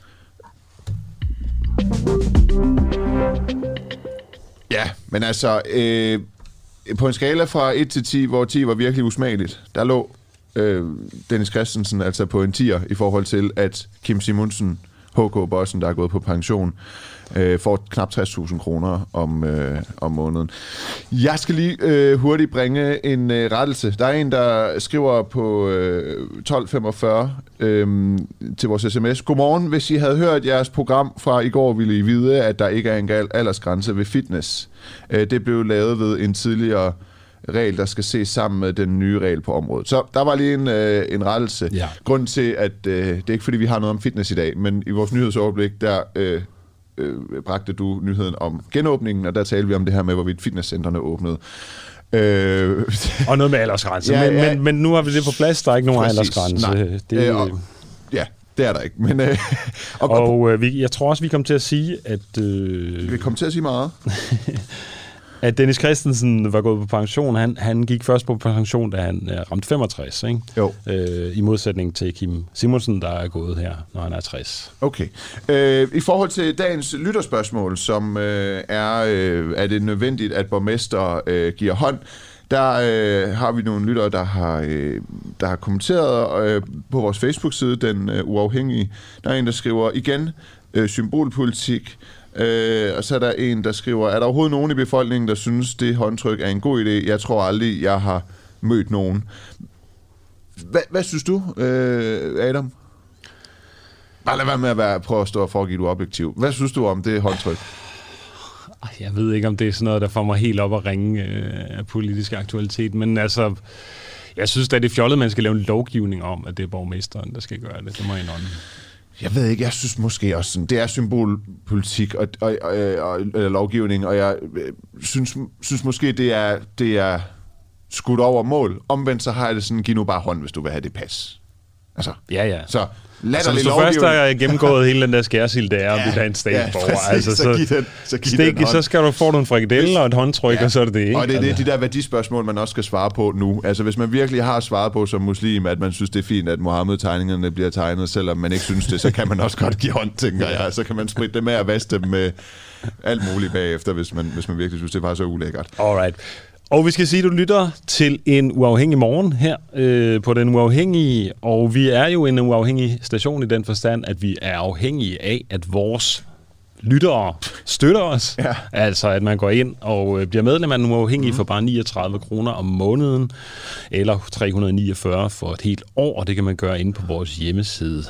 Ja, men altså, på en skala fra 1 til 10, hvor 10 var virkelig usmageligt, der lå Dennis Christensen altså på en 10'er i forhold til, at Kim Simonsen, HK-bossen, der er gået på pension, får knap 60.000 kroner om måneden. Jeg skal lige hurtigt bringe en rettelse. Der er en, der skriver på 1245 til vores sms. Godmorgen. Hvis I havde hørt jeres program fra i går, ville I vide, at der ikke er en aldersgrænse ved fitness. Det blev lavet ved en tidligere regel, der skal ses sammen med den nye regel på området. Så der var lige en rettelse. Ja. Grunden til, at det er ikke fordi, vi har noget om fitness i dag, men i vores nyhedsoverblik, der bragte du nyheden om genåbningen, og der talte vi om det her med, hvorvidt fitnesscentrene åbnede. Og noget med aldersgrænse. Ja, men nu har vi det på plads, der er ikke nogen aldersgrænse. Ja, det er der ikke. Men, jeg tror også, vi kommer til at sige, at... vi kommer til at sige meget. At Dennis Christensen var gået på pension. Han gik først på pension, da han ramte 65, ikke? Jo. I modsætning til Kim Simonsen, der er gået her, når han er 60. Okay. I forhold til dagens lytterspørgsmål, som er det nødvendigt, at borgmester giver hånd, der har vi nogle lyttere, der har kommenteret på vores Facebook-side, Den Uafhængige. Der er en, der skriver igen, symbolpolitik. Og så er der en, der skriver, er der overhovedet nogen i befolkningen, der synes, det håndtryk er en god idé? Jeg tror aldrig, jeg har mødt nogen. Hvad synes du, Adam? Bare lad være med at prøve at stå og foregive du objektiv. Hvad synes du om det håndtryk? Jeg ved ikke, om det er sådan noget, der får mig helt op at ringe af politisk aktualitet, men altså, jeg synes, at det er fjollet, man skal lave en lovgivning om, at det er borgmesteren, der skal gøre det. Det må jeg indrømme. Jeg ved ikke, jeg synes måske også sådan, det er symbolpolitik og lovgivning, og jeg synes måske, det er skudt over mål. Omvendt så har jeg det sådan, giv nu bare hånd, hvis du vil have det pas. Altså, ja. Så altså, hvis du først har gennemgået hele den der skærsild, der er, om du er en statsborger, så skal du få nogle frikadeller og et håndtryk, og så er det det, ikke? Og det er de der værdispørgsmål, man også skal svare på nu. Altså, hvis man virkelig har svaret på som muslim, at man synes, det er fint, at Mohammed-tegningerne bliver tegnet, selvom man ikke synes det, så kan man også godt give hånd, tænker jeg. Så kan man spritte dem af og vaske dem med alt muligt bagefter, hvis man virkelig synes, det var så ulækkert. Alright. Og vi skal sige, at du lytter til en uafhængig morgen her på Den Uafhængige, og vi er jo en uafhængig station i den forstand, at vi er afhængige af, at vores lyttere støtter os. Ja. Altså, at man går ind og bliver medlem af Den Uafhængige for bare 39 kroner om måneden, eller 349 for et helt år, og det kan man gøre inde på vores hjemmeside.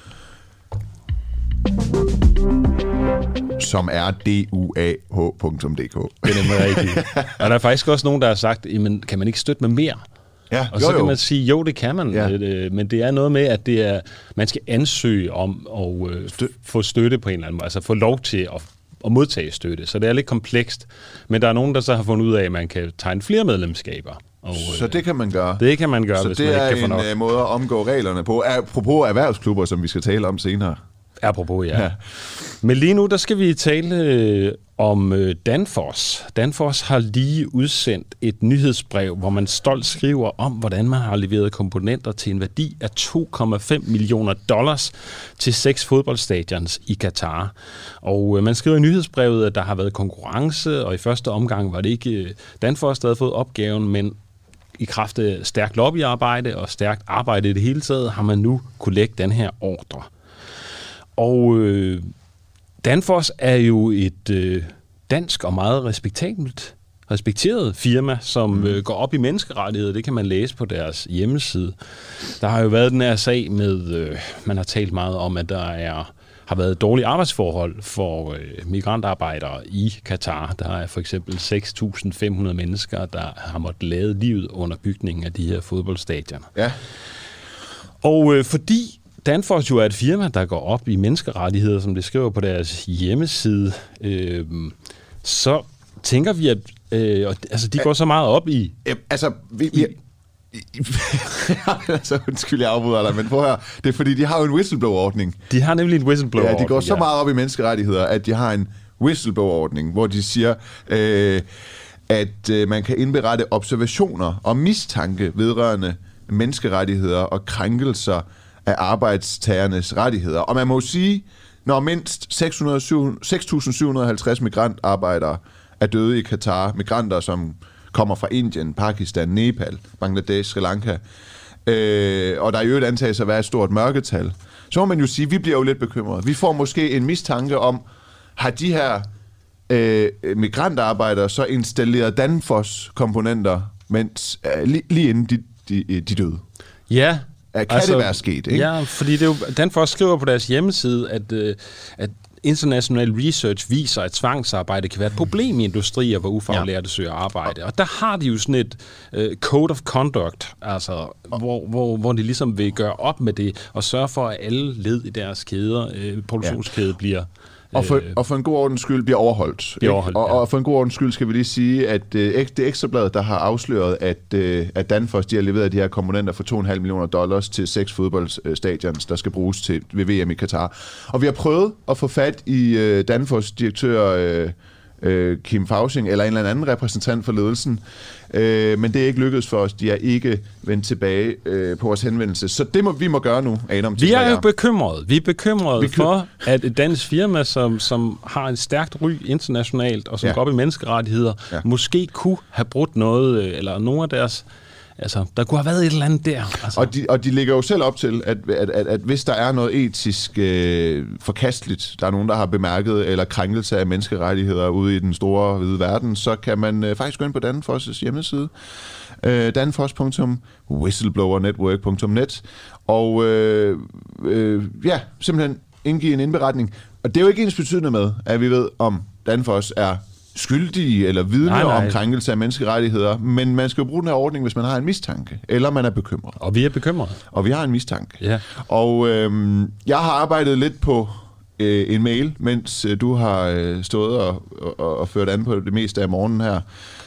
Som er duah.dk. Det er nemlig rigtigt. Og der er faktisk også nogen, der har sagt, jamen, kan man ikke støtte med mere? Ja, og så kan man sige, jo, det kan man. Ja. Men det er noget med, at man skal ansøge om at få støtte på en eller anden måde. Altså få lov til at modtage støtte. Så det er lidt komplekst. Men der er nogen, der så har fundet ud af, at man kan tegne flere medlemskaber. Så det kan man gøre. Det kan man gøre, så hvis man ikke kan få nok. det er en måde at omgå reglerne på. Apropos erhvervsklubber, som vi skal tale om senere. Apropos, ja. Men lige nu, der skal vi tale om Danfoss. Danfoss har lige udsendt et nyhedsbrev, hvor man stolt skriver om, hvordan man har leveret komponenter til en værdi af $2,5 millioner til 6 fodboldstadions i Katar. Og man skriver i nyhedsbrevet, at der har været konkurrence, og i første omgang var det ikke Danfoss, der havde fået opgaven, men i kraft af stærkt lobbyarbejde og stærkt arbejde i det hele taget, har man nu kunne lægge den her ordre. Og Danfoss er jo et dansk og meget respekteret firma, som går op i menneskerettigheder. Det kan man læse på deres hjemmeside. Der har jo været den her sag med, man har talt meget om, at der har været dårlige arbejdsforhold for migrantarbejdere i Katar. Der er for eksempel 6.500 mennesker, der har måttet lade livet under bygningen af de her fodboldstadioner. Ja. Og fordi Danfoss jo er et firma, der går op i menneskerettigheder, som det skriver på deres hjemmeside, så tænker vi, at de går så meget op i... undskyld, jeg afbryder dig, men prøv at høre. Det er fordi, de har jo en whistleblower-ordning. De har nemlig en whistleblower-ordning, ja. De går så meget op i menneskerettigheder, at de har en whistleblower-ordning, hvor de siger, at man kan indberette observationer og mistanke vedrørende menneskerettigheder og krænkelser af arbejdstagernes rettigheder. Og man må sige, når mindst 6.750 migrantarbejdere er døde i Katar, migranter, som kommer fra Indien, Pakistan, Nepal, Bangladesh, Sri Lanka, og der i øvrigt antages at være et stort mørketal, så må man jo sige, at vi bliver jo lidt bekymrede. Vi får måske en mistanke om, har de her migrantarbejdere så installeret Danfoss-komponenter, mens lige inden de døde? Ja. Kan det være sket, ikke? Ja, fordi det er jo, Danfoss skriver på deres hjemmeside, at international research viser, at tvangsarbejde kan være et problem i industrier, hvor ufaglærte søger arbejde. Og der har de jo sådan et code of conduct, altså, hvor de ligesom vil gøre op med det, og sørge for, at alle led i deres kæder, produktionskæde bliver... Og for en god ordens skyld bliver overholdt. Og for en god ordens skyld skal vi lige sige, at det Ekstrablad, der har afsløret, at Danfoss de har leveret de her komponenter for $2,5 millioner til 6 fodboldstadions, der skal bruges ved VM i Katar. Og vi har prøvet at få fat i Danfoss direktør Kim Fausing, eller en eller anden repræsentant for ledelsen, men det er ikke lykkedes for os. De er ikke vendt tilbage på vores henvendelse. Så det vi må gøre nu, Adam. Vi er jo bekymrede. Vi er bekymrede for, at et dansk firma, som har en stærkt ry internationalt, og som går op i menneskerettigheder, måske kunne have brudt noget, eller nogle af deres... Altså, der kunne have været et eller andet der. Altså. Og de lægger jo selv op til, at hvis der er noget etisk forkasteligt, der er nogen, der har bemærket, eller krænkelse af menneskerettigheder ude i den store hvide verden, så kan man faktisk gå ind på Danfoss' hjemmeside, danfoss.whistleblowernetwork.net, og simpelthen indgive en indberetning. Og det er jo ikke ens betydende med, at vi ved, om Danfoss er skyldige eller vidne om krænkelse af menneskerettigheder, men man skal jo bruge den her ordning, hvis man har en mistanke, eller man er bekymret. Og vi er bekymrede. Og vi har en mistanke. Ja. Og jeg har arbejdet lidt på en mail, mens du har stået og ført an på det meste af morgenen her.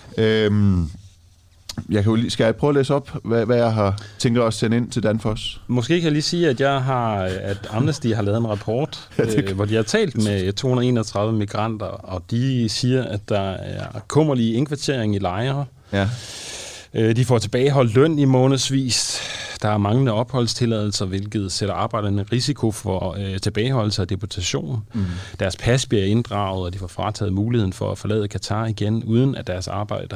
Skal jeg prøve at læse op, hvad jeg har tænkt at sende ind til Danfoss? Måske kan jeg lige sige, at Amnesty har lavet en rapport, hvor de har talt med 231 migranter, og de siger, at der er kummerlig indkvartering i lejre. Ja. De får tilbageholdt løn i månedsvis. Der er manglende opholdstilladelser, hvilket sætter arbejderne i risiko for tilbageholdelse og deportation. Deres pas bliver inddraget, og de får frataget muligheden for at forlade Katar igen, uden at deres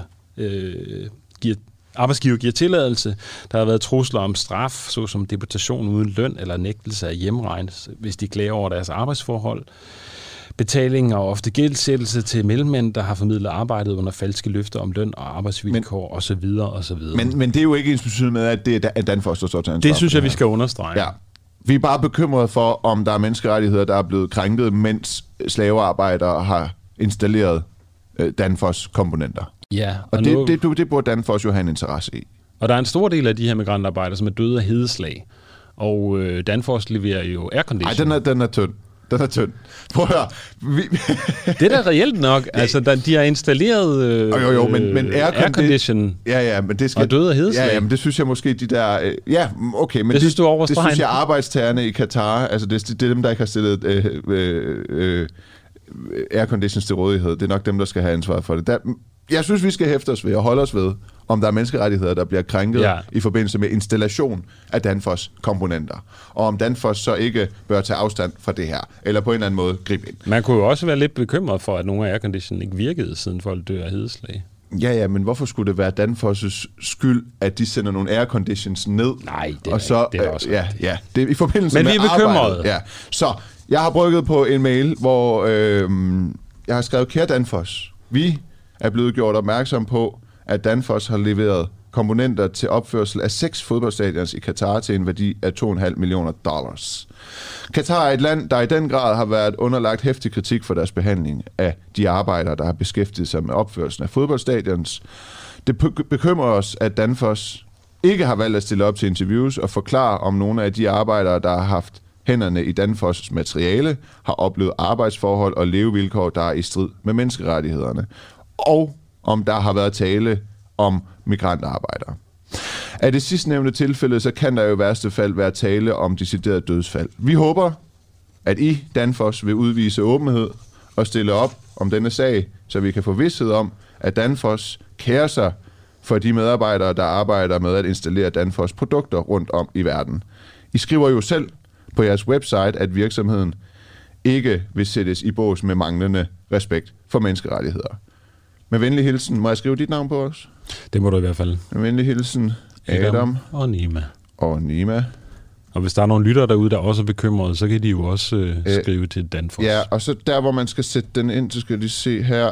arbejdsgiver giver tilladelse. Der har været trusler om straf, såsom deportation uden løn eller nægtelse af hjemregn, hvis de klager over deres arbejdsforhold. Betaling og ofte gældsættelse til mellemmænd, der har formidlet arbejdet under falske løfter om løn og arbejdsvilkår osv. osv. Men det er jo ikke ensbetydende med, at det er Danfoss, der står til ansvar. Det synes jeg, vi skal understrege. Ja. Vi er bare bekymrede for, om der er menneskerettigheder, der er blevet krænket, mens slavearbejdere har installeret Danfoss-komponenter. Ja, og det burde Danfoss jo have en interesse i. Og der er en stor del af de her migrantarbejdere, som er døde af hedeslag. Og Danfoss leverer jo aircondition. Nej, den er tynd. Den er tynd. Prøv at høre. Det er da reelt nok. Altså, de har installeret men aircondition men det skal, og døde af hedeslag. Ja, men det synes jeg måske, de der... okay, men det synes du overstreger. Det synes jeg, arbejdstagerne i Katar, altså det er dem, der ikke har stillet airconditions til rådighed. Det er nok dem, der skal have ansvaret for det. Jeg synes, vi skal hæfte os ved og holde os ved, om der er menneskerettigheder, der bliver krænket i forbindelse med installation af Danfoss-komponenter. Og om Danfoss så ikke bør tage afstand fra det her, eller på en eller anden måde gribe ind. Man kunne jo også være lidt bekymret for, at nogle af aircondition ikke virkede, siden folk dør af hedeslag. Ja, men hvorfor skulle det være Danfoss' skyld, at de sender nogle airconditions ned? Nej, det er, og så, det er også ja, det er i forbindelse med arbejdet. Men vi er bekymrede. Ja. Så, jeg har brygget på en mail, hvor jeg har skrevet, kære Danfoss, vi er blevet gjort opmærksom på, at Danfoss har leveret komponenter til opførsel af 6 fodboldstadions i Katar til en værdi af $2,5 millioner. Katar er et land, der i den grad har været underlagt heftig kritik for deres behandling af de arbejdere, der har beskæftiget sig med opførelsen af fodboldstadions. Det bekymrer os, at Danfoss ikke har valgt at stille op til interviews og forklare, om nogle af de arbejdere, der har haft hænderne i Danfoss' materiale, har oplevet arbejdsforhold og levevilkår, der er i strid med menneskerettighederne. Og om der har været tale om migrantarbejdere. Af det sidstnævnte tilfælde, så kan der jo i værste fald være tale om decideret dødsfald. Vi håber, at I, Danfoss, vil udvise åbenhed og stille op om denne sag, så vi kan få vished om, at Danfoss kærer sig for de medarbejdere, der arbejder med at installere Danfoss produkter rundt om i verden. I skriver jo selv på jeres website, at virksomheden ikke vil sættes i bås med manglende respekt for menneskerettigheder. Med venlig hilsen, må jeg skrive dit navn på os? Det må du i hvert fald. Med venlig hilsen, Adam og Nima. Og hvis der er nogle lyttere derude, der også er bekymrede, så kan de jo også skrive til Danfoss. Ja, og så der, hvor man skal sætte den ind, så skal jeg lige se her.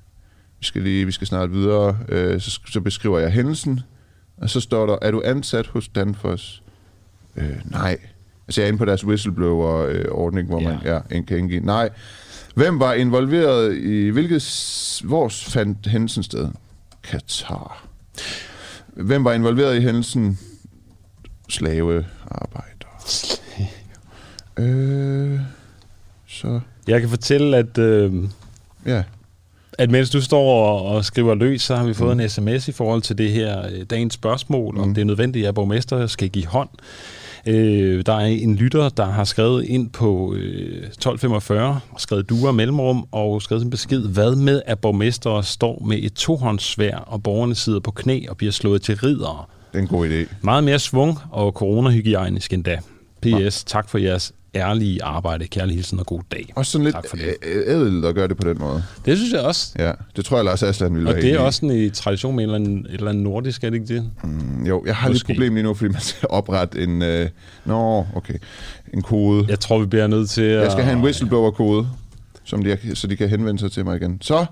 Vi skal snart videre. Så beskriver jeg hændelsen. Og så står der, er du ansat hos Danfoss? Nej. Altså jeg er inde på deres whistleblower-ordning, hvor man kan indgive. Nej. Hvem var involveret i hvor fandt hændelsen sted? Katar. Hvem var involveret i hændelsen? Slavearbejdere. Så. Jeg kan fortælle, at mens du står og skriver løs, så har vi fået en sms i forhold til det her dagens spørgsmål, om det er nødvendigt, at borgmester skal give hånd. Der er en lytter, der har skrevet ind på 1245, skrevet duer mellemrum og skrevet en besked. Hvad med, at borgmester står med et tohåndssværd, og borgerne sidder på knæ og bliver slået til riddere? Det er en god idé. Meget mere svung og coronahygiejnisk endda. PS, tak for jeres ærlige arbejde. Kærlig hilsen og god dag. Og sådan lidt ædelt at gøre det på den måde. Det synes jeg også. Ja, det tror jeg, Lars Aslan ville være. Og det er også en tradition med et eller andet nordisk, er det ikke det? Jo, jeg har lidt problem lige nu, fordi man skal oprette en... en kode. Jeg tror, vi bliver nødt til at... Jeg skal have en whistleblower-kode, så de kan henvende sig til mig igen. Så...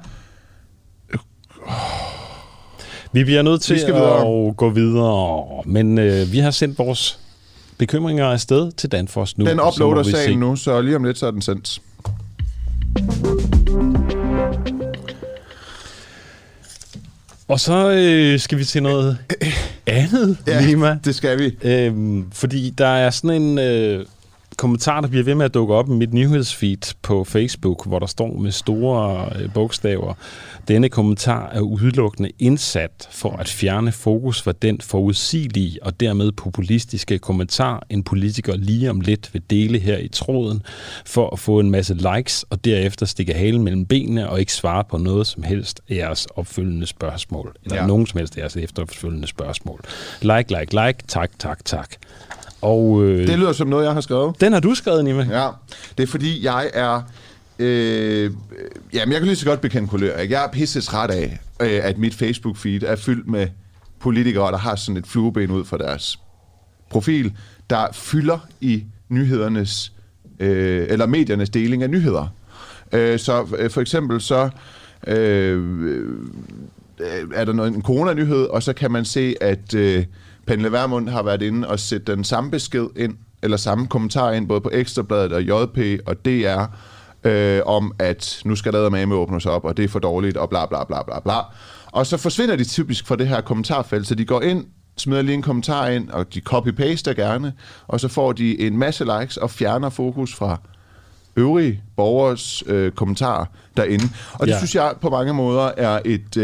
Vi bliver nødt til at gå videre, men vi har sendt vores bekymringer afsted til Danfoss nu. Den uploader sagen nu, så lige om lidt så er den sendt. Og så skal vi til noget andet, Lima. Ja, det skal vi. Fordi der er sådan en kommentar, der bliver ved med at dukke op i mit nyhedsfeed på Facebook, hvor der står med store bogstaver: denne kommentar er udelukkende indsat for at fjerne fokus fra den forudsigelige og dermed populistiske kommentar, en politiker lige om lidt vil dele her i tråden, for at få en masse likes og derefter stikke halen mellem benene og ikke svare på noget som helst af jeres opfølgende spørgsmål. Eller nogen som helst af jeres efterfølgende spørgsmål. Like, tak. Og, det lyder som noget, jeg har skrevet. Den har du skrevet, Nima. Ja, det er fordi, jeg er... jamen, jeg kan lige så godt bekende kulør. Jeg er pissetræt af, at mit Facebook-feed er fyldt med politikere, der har sådan et flueben ud for deres profil, der fylder i nyhedernes, eller mediernes deling af nyheder. Så for eksempel så er der en coronanyhed, og så kan man se, at Pernille Vermund har været inde og sætte den samme besked ind, eller samme kommentar ind, både på Ekstrabladet og JP og DR, om at nu skal der med åbnes op, og det er for dårligt, og bla bla bla bla bla. Og så forsvinder de typisk fra det her kommentarfelt, så de går ind, smider lige en kommentar ind, og de copy-paster gerne, og så får de en masse likes og fjerner fokus fra øvrige borgers kommentarer derinde. Og det synes jeg på mange måder er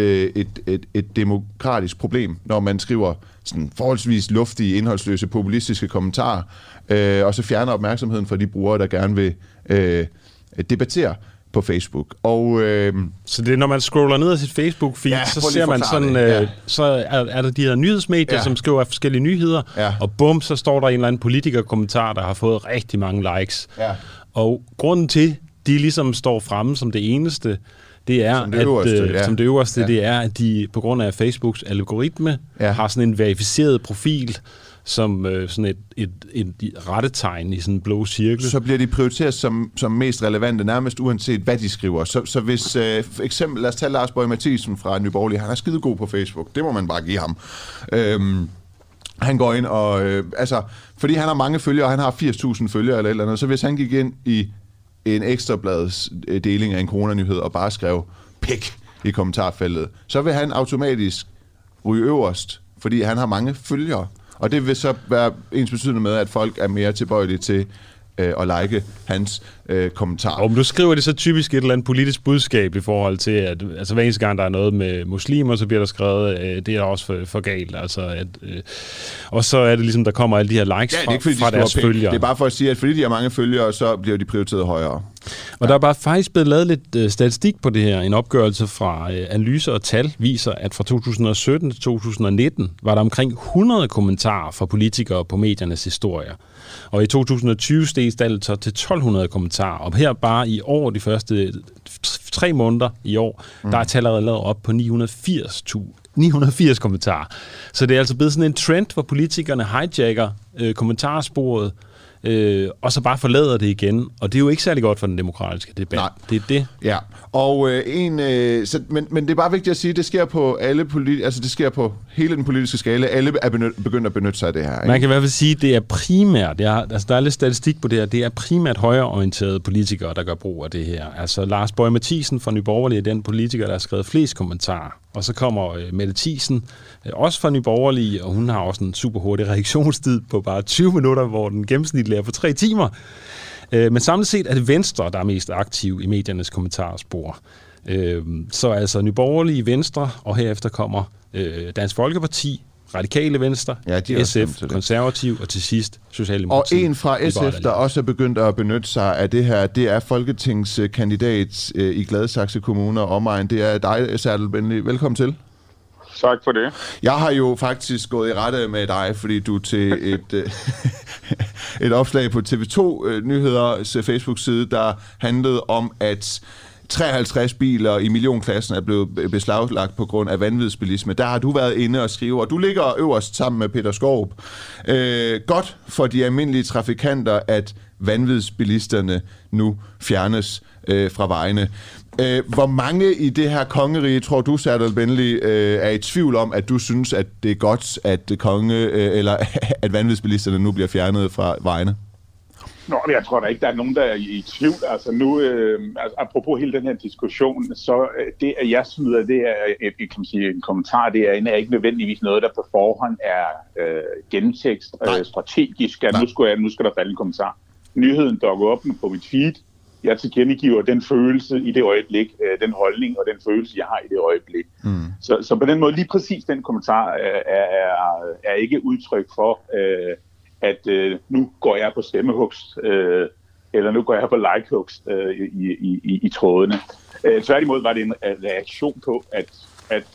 et demokratisk problem, når man skriver sådan forholdsvis luftige, indholdsløse, populistiske kommentarer, og så fjerner opmærksomheden fra de brugere, der gerne vil debattere på Facebook. Og, så det er, når man scroller ned af sit Facebook-feed, så ser man sådan, så er der de her nyhedsmedier, som skriver forskellige nyheder, og bum, så står der en eller anden politikerkommentar, der har fået rigtig mange likes. Ja. Og grunden til, de ligesom står fremme som det eneste, det er, som det øverste, det er, at de på grund af Facebooks algoritme har sådan en verificeret profil, som sådan et rettetegn i sådan en blå cirkel. Så bliver de prioriteret som mest relevante, nærmest uanset hvad de skriver. Så hvis for eksempel, lad os tage Lars Boje Mathiesen fra Nye Borgerlige, han er skide god på Facebook, det må man bare give ham. Han går ind og, fordi han har mange følgere, han har 80.000 følgere eller et eller andet, så hvis han gik ind i en Ekstrabladets deling af en coronanyhed og bare skrev pik i kommentarfeltet, så vil han automatisk ryge øverst, fordi han har mange følgere. Og det vil så være ensbetydende med, at folk er mere tilbøjelige til at like hans kommentarer. Og du skriver det så typisk et eller andet politisk budskab i forhold til, at altså, hver eneste gang, der er noget med muslimer, så bliver der skrevet, det er også for galt. Altså, og så er det ligesom, der kommer alle de her likes fra deres følgere. Det er bare for at sige, at fordi de har mange følgere, så bliver de prioriteret højere. Og der er bare faktisk blevet lavet lidt statistik på det her. En opgørelse fra Analyser og Tal viser, at fra 2017 til 2019 var der omkring 100 kommentarer fra politikere på mediernes historier. Og i 2020 steg tallet så til 1200 kommentarer. Og her bare i år, de første 3 måneder i år, der er tallet lavet op på 980 kommentarer. Så det er altså blevet sådan en trend, hvor politikerne hijacker kommentarsporet, og så bare forlader det igen. Og det er jo ikke særlig godt for den demokratiske debat. Nej. Det er det. Ja, og men det er bare vigtigt at sige, at det sker på alle det sker på hele den politiske skala. Alle er begyndt at benytte sig af det her. Ikke? Man kan i hvert fald sige, at det er primært, der er lidt statistik på det her, det er primært højreorienterede politikere, der gør brug af det her. Altså Lars Boje Mathiesen fra Nye Borgerlige er den politiker, der har skrevet flest kommentarer. Og så kommer Mette Thiesen, også fra Nye Borgerlige, og hun har også en super hurtig reaktionstid på bare 20 minutter, hvor den gennemsnitlige er på 3 timer. Men samlet set er det Venstre, der er mest aktiv i mediernes kommentarspor. Så altså Nye Borgerlige, Venstre, og herefter kommer Dansk Folkeparti, Radikale Venstre, SF, Konservativ og til sidst Socialdemokratiet. Og en fra SF, der også er begyndt at benytte sig af det her, det er folketingskandidat i Gladsaxe Kommune og omegn. Det er dig, Serdal Benli. Velkommen til. Tak for det. Jeg har jo faktisk gået i rette med dig, fordi du til et opslag på TV2 Nyheders Facebook-side, der handlede om, at 53 biler i millionklassen er blevet beslaglagt på grund af vanvidsbilisme. Der har du været inde og skrive, og du ligger øverst sammen med Peter Skaarup. Godt for de almindelige trafikanter, at vanvidsbilisterne nu fjernes fra vejene. Hvor mange i det her kongerige, tror du, Serdal Benli, er i tvivl om, at du synes, at det er godt, at at vanvidsbilisterne nu bliver fjernet fra vejene? Jeg tror da ikke, der er nogen, der er i tvivl. Altså nu, apropos hele den her diskussion, så det, at jeg smider, det er kan man sige, en kommentar, det er ikke nødvendigvis noget, der på forhånd er gennemtekst, strategisk, at nu skal der falde en kommentar. Nyheden dukker op på mit feed. Jeg tilkendegiver den følelse i det øjeblik, den holdning og den følelse, jeg har i det øjeblik. Så på den måde, lige præcis den kommentar er ikke udtryk for, at nu går jeg på stemmehugst, eller nu går jeg på likehugst i trådene. Tværtimod var det en reaktion på, at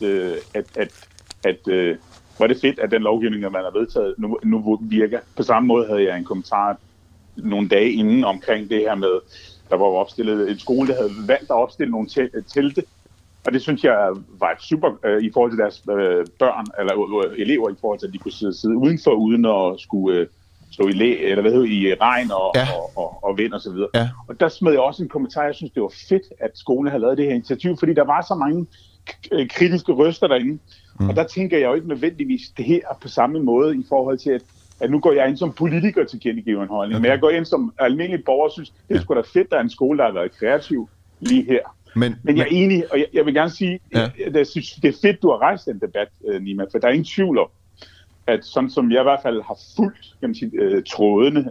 var det fedt, at den lovgivning, man har vedtaget, nu virker. På samme måde havde jeg en kommentar nogle dage inden omkring det her med, der var opstillet en skole, der havde valgt at opstille nogle telte, og det synes jeg var et super i forhold til deres børn, eller elever, i forhold til, at de kunne sidde udenfor, uden at skulle stå i i regn og vind og så videre. Ja. Og der smed jeg også en kommentar, jeg synes, det var fedt, at skolen havde lavet det her initiativ, fordi der var så mange kritiske røster derinde, og der tænker jeg jo ikke nødvendigvis det her på samme måde i forhold til, at nu går jeg ind som politiker til kendegiver en holdning, men jeg går ind som almindelig borger og synes, det er sgu da fedt, der er en skole, der har været kreativ lige her. Men jeg er enig, og jeg vil gerne sige, at jeg synes, det er fedt, du har rejst den debat, Nima, for der er ingen tvivl om, at sådan som jeg i hvert fald har fulgt, kan man sige, trådene,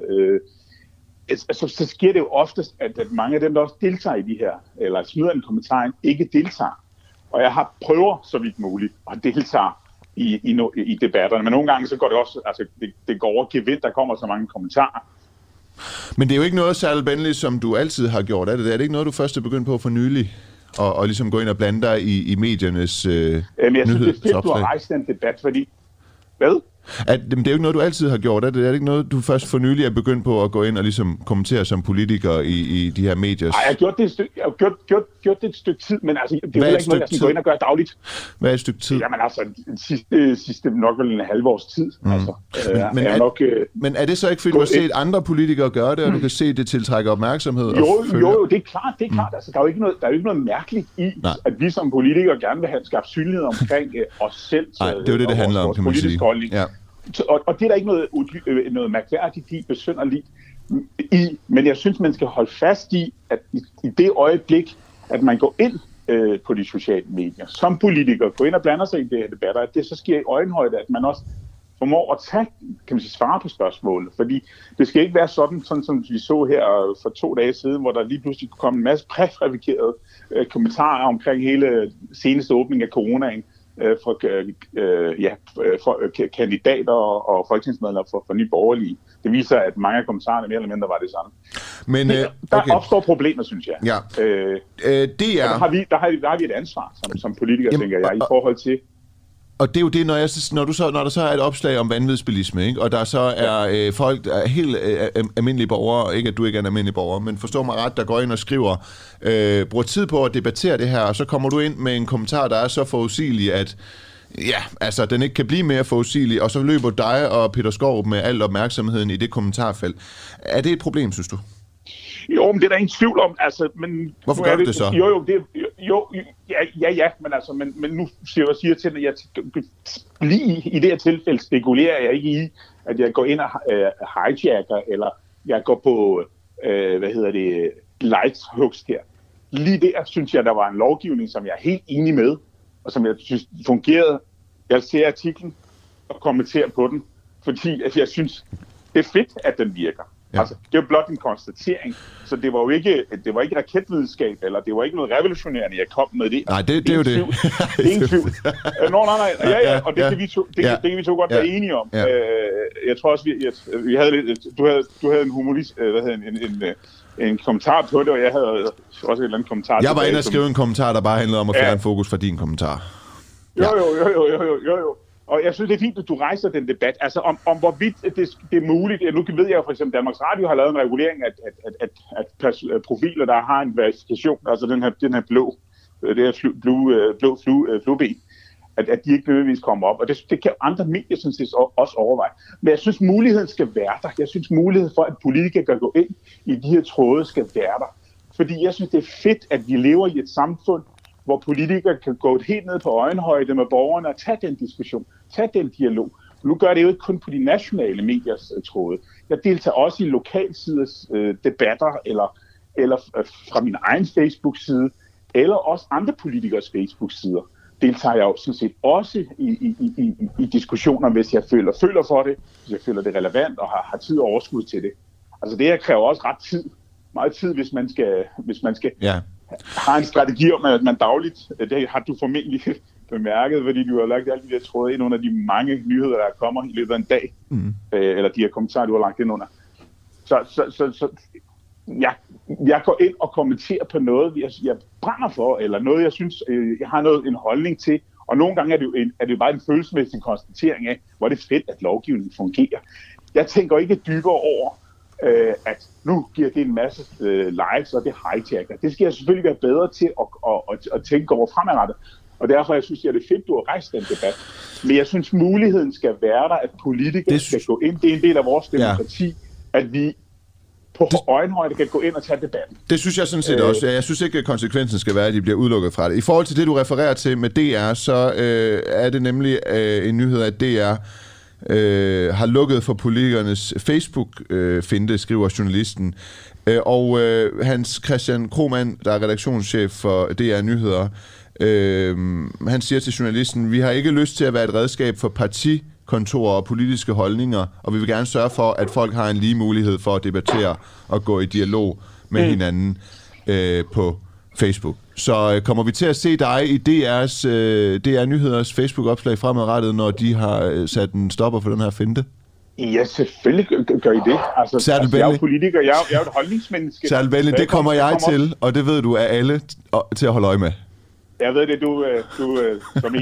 så sker det jo oftest, at mange af dem, der også deltager i de her, eller smider en kommentar, ikke deltager. Og jeg har prøver så vidt muligt at deltage i debatterne, men nogle gange så går det også, altså det går over gevind, der kommer så mange kommentarer. Men det er jo ikke noget særligt venligt, som du altid har gjort, er det? Er det ikke noget, du først er begyndt på for nylig? Og ligesom gå ind og blande dig i mediernes nyhedsopslag? Jeg synes, det er fedt, du har rejst den debat, fordi... Hvad? Det er jo ikke noget, du altid har gjort, er det? Er det ikke noget, du først for nylig er begyndt på at gå ind og ligesom kommentere som politiker i de her medier? Nej, jeg har gjort det et stykke tid, men altså, det er jo ikke noget, jeg går ind og gør dagligt. Hvad er et stykke tid? Jamen altså, sidste nok vel en halv års tid. Altså, men er det så ikke, fordi du har set andre politikere gøre det, og du kan se, det tiltrækker opmærksomhed? Jo, det er klart. Altså, der er jo ikke noget mærkeligt i, at vi som politikere gerne vil have skabt synlighed omkring os selv. Nej, det er jo det handler om, kan man sige. Ja. Og det er der ikke noget mærkværdigt i, besynderligt i, men jeg synes, man skal holde fast i, at i det øjeblik, at man går ind på de sociale medier, som politiker, går ind og blander sig i det her debatter, at det så sker i øjenhøjde, at man også formår at tage, kan man sige, svare på spørgsmålet. Fordi det skal ikke være sådan som vi så her for 2 dage siden, hvor der lige pludselig kom en masse præfabrikerede kommentarer omkring hele seneste åbning af coronaen, for kandidater og folketingsmedlemmer for Nye Borgerlige. Det viser, at mange af kommentarerne mere eller mindre var det samme. Men der opstår problemer, synes jeg. Ja. Der har vi et ansvar som politikere, tænker jeg, i forhold til. Og det er jo det, når der så er et opslag om vanvidsbilisme, ikke? Og der så er folk, der er helt almindelige borgere, ikke at du ikke er en almindelig borger, men forstår mig ret, der går ind og skriver, bruger tid på at debattere det her, og så kommer du ind med en kommentar, der er så forudsigelig, at altså, den ikke kan blive mere forudsigelig, og så løber dig og Peter Skov med al opmærksomheden i det kommentarfelt. Er det et problem, synes du? Jo, men det er der ingen tvivl om. Altså, men hvorfor gør du det så? Men nu siger jeg til, at jeg lige i det her tilfælde spekulerer jeg ikke i, at jeg går ind og hijacker, eller jeg går på, likes-hugst her. Lige der synes jeg, der var en lovgivning, som jeg er helt enig med, og som jeg synes fungerede. Jeg ser artiklen og kommenterer på den, fordi jeg synes, det er fedt, at den virker. Ja. Altså, det er jo blot en konstatering, så det var jo ikke raketvidenskab, eller det var ikke noget revolutionerende, jeg kom med det. Nej, det er jo det. Ingen tvivl. Nej, og det kan vi to godt være enige om. Ja. Jeg tror også, vi havde lidt, du havde en humorist, en kommentar på det, og jeg havde også et eller andet kommentar. Jeg var inde og skrive en kommentar, der bare handlede om at fjerne fokus fra din kommentar. Jo. Og jeg synes, det er fint, at du rejser den debat. Altså om hvorvidt det er muligt. Nu ved jeg jo for eksempel, Danmarks Radio har lavet en regulering at profiler, der har en verifikation, altså den her blå flueben, at de ikke nødvendigvis kommer op. Og det kan andre medier sådan set også overveje. Men jeg synes, muligheden skal være der. Jeg synes, muligheden for, at politikere kan gå ind i de her tråde, skal være der. Fordi jeg synes, det er fedt, at vi lever i et samfund, hvor politikere kan gå helt ned på øjenhøjde med borgerne og tage den diskussion, tage den dialog. Nu gør det jo ikke kun på de nationale mediers tråde. Jeg deltager også i lokalsiders debatter, eller fra min egen Facebook-side, eller også andre politikers Facebook-sider. Deltager jeg jo sådan set også i diskussioner, hvis jeg føler for det, hvis jeg føler det relevant og har tid og overskud til det. Altså det her kræver også ret tid. Meget tid, hvis man skal have en strategi om, at man dagligt, det har du formentlig bemærket, fordi du har lagt alle de der tråde ind under de mange nyheder, der kommer i løbet af en dag, eller de her kommentarer, du har lagt ind under. Så jeg går ind og kommenterer på noget, jeg brænder for, eller noget, jeg synes, jeg har en holdning til, og nogle gange er det jo bare en følelsesmæssig konstatering af, hvor det er fedt, at lovgivningen fungerer. Jeg tænker ikke dybere over, at nu giver det en masse likes, og det hijacker. Det skal jeg selvfølgelig være bedre til at tænke over fremadrettet. Og derfor jeg synes jeg, det er fedt, du har rejst den debat. Men jeg synes, muligheden skal være der, at politikere skal gå ind. Det er en del af vores demokrati, at vi på øjenhøjde kan gå ind og tage debatten. Det synes jeg sådan set også. Jeg synes ikke, at konsekvensen skal være, at de bliver udelukket fra det. I forhold til det, du refererer til med DR, så er det nemlig en nyhed, at DR har lukket for politikernes Facebook-finte, skriver journalisten. Og Hans Christian Krohmann, der er redaktionschef for DR Nyheder, han siger til journalisten, vi har ikke lyst til at være et redskab for partikontorer og politiske holdninger, og vi vil gerne sørge for, at folk har en lige mulighed for at debattere og gå i dialog med hinanden på Facebook. Så kommer vi til at se dig i DR Nyheders Facebook-opslag fremadrettet, når de har sat en stopper for den her finte? Ja, selvfølgelig gør I det. Altså jeg er jo politiker, jeg er jo et holdningsmenneske. Særlig det kommer jeg til, og det ved du er alle til at holde øje med. Jeg ved det, du som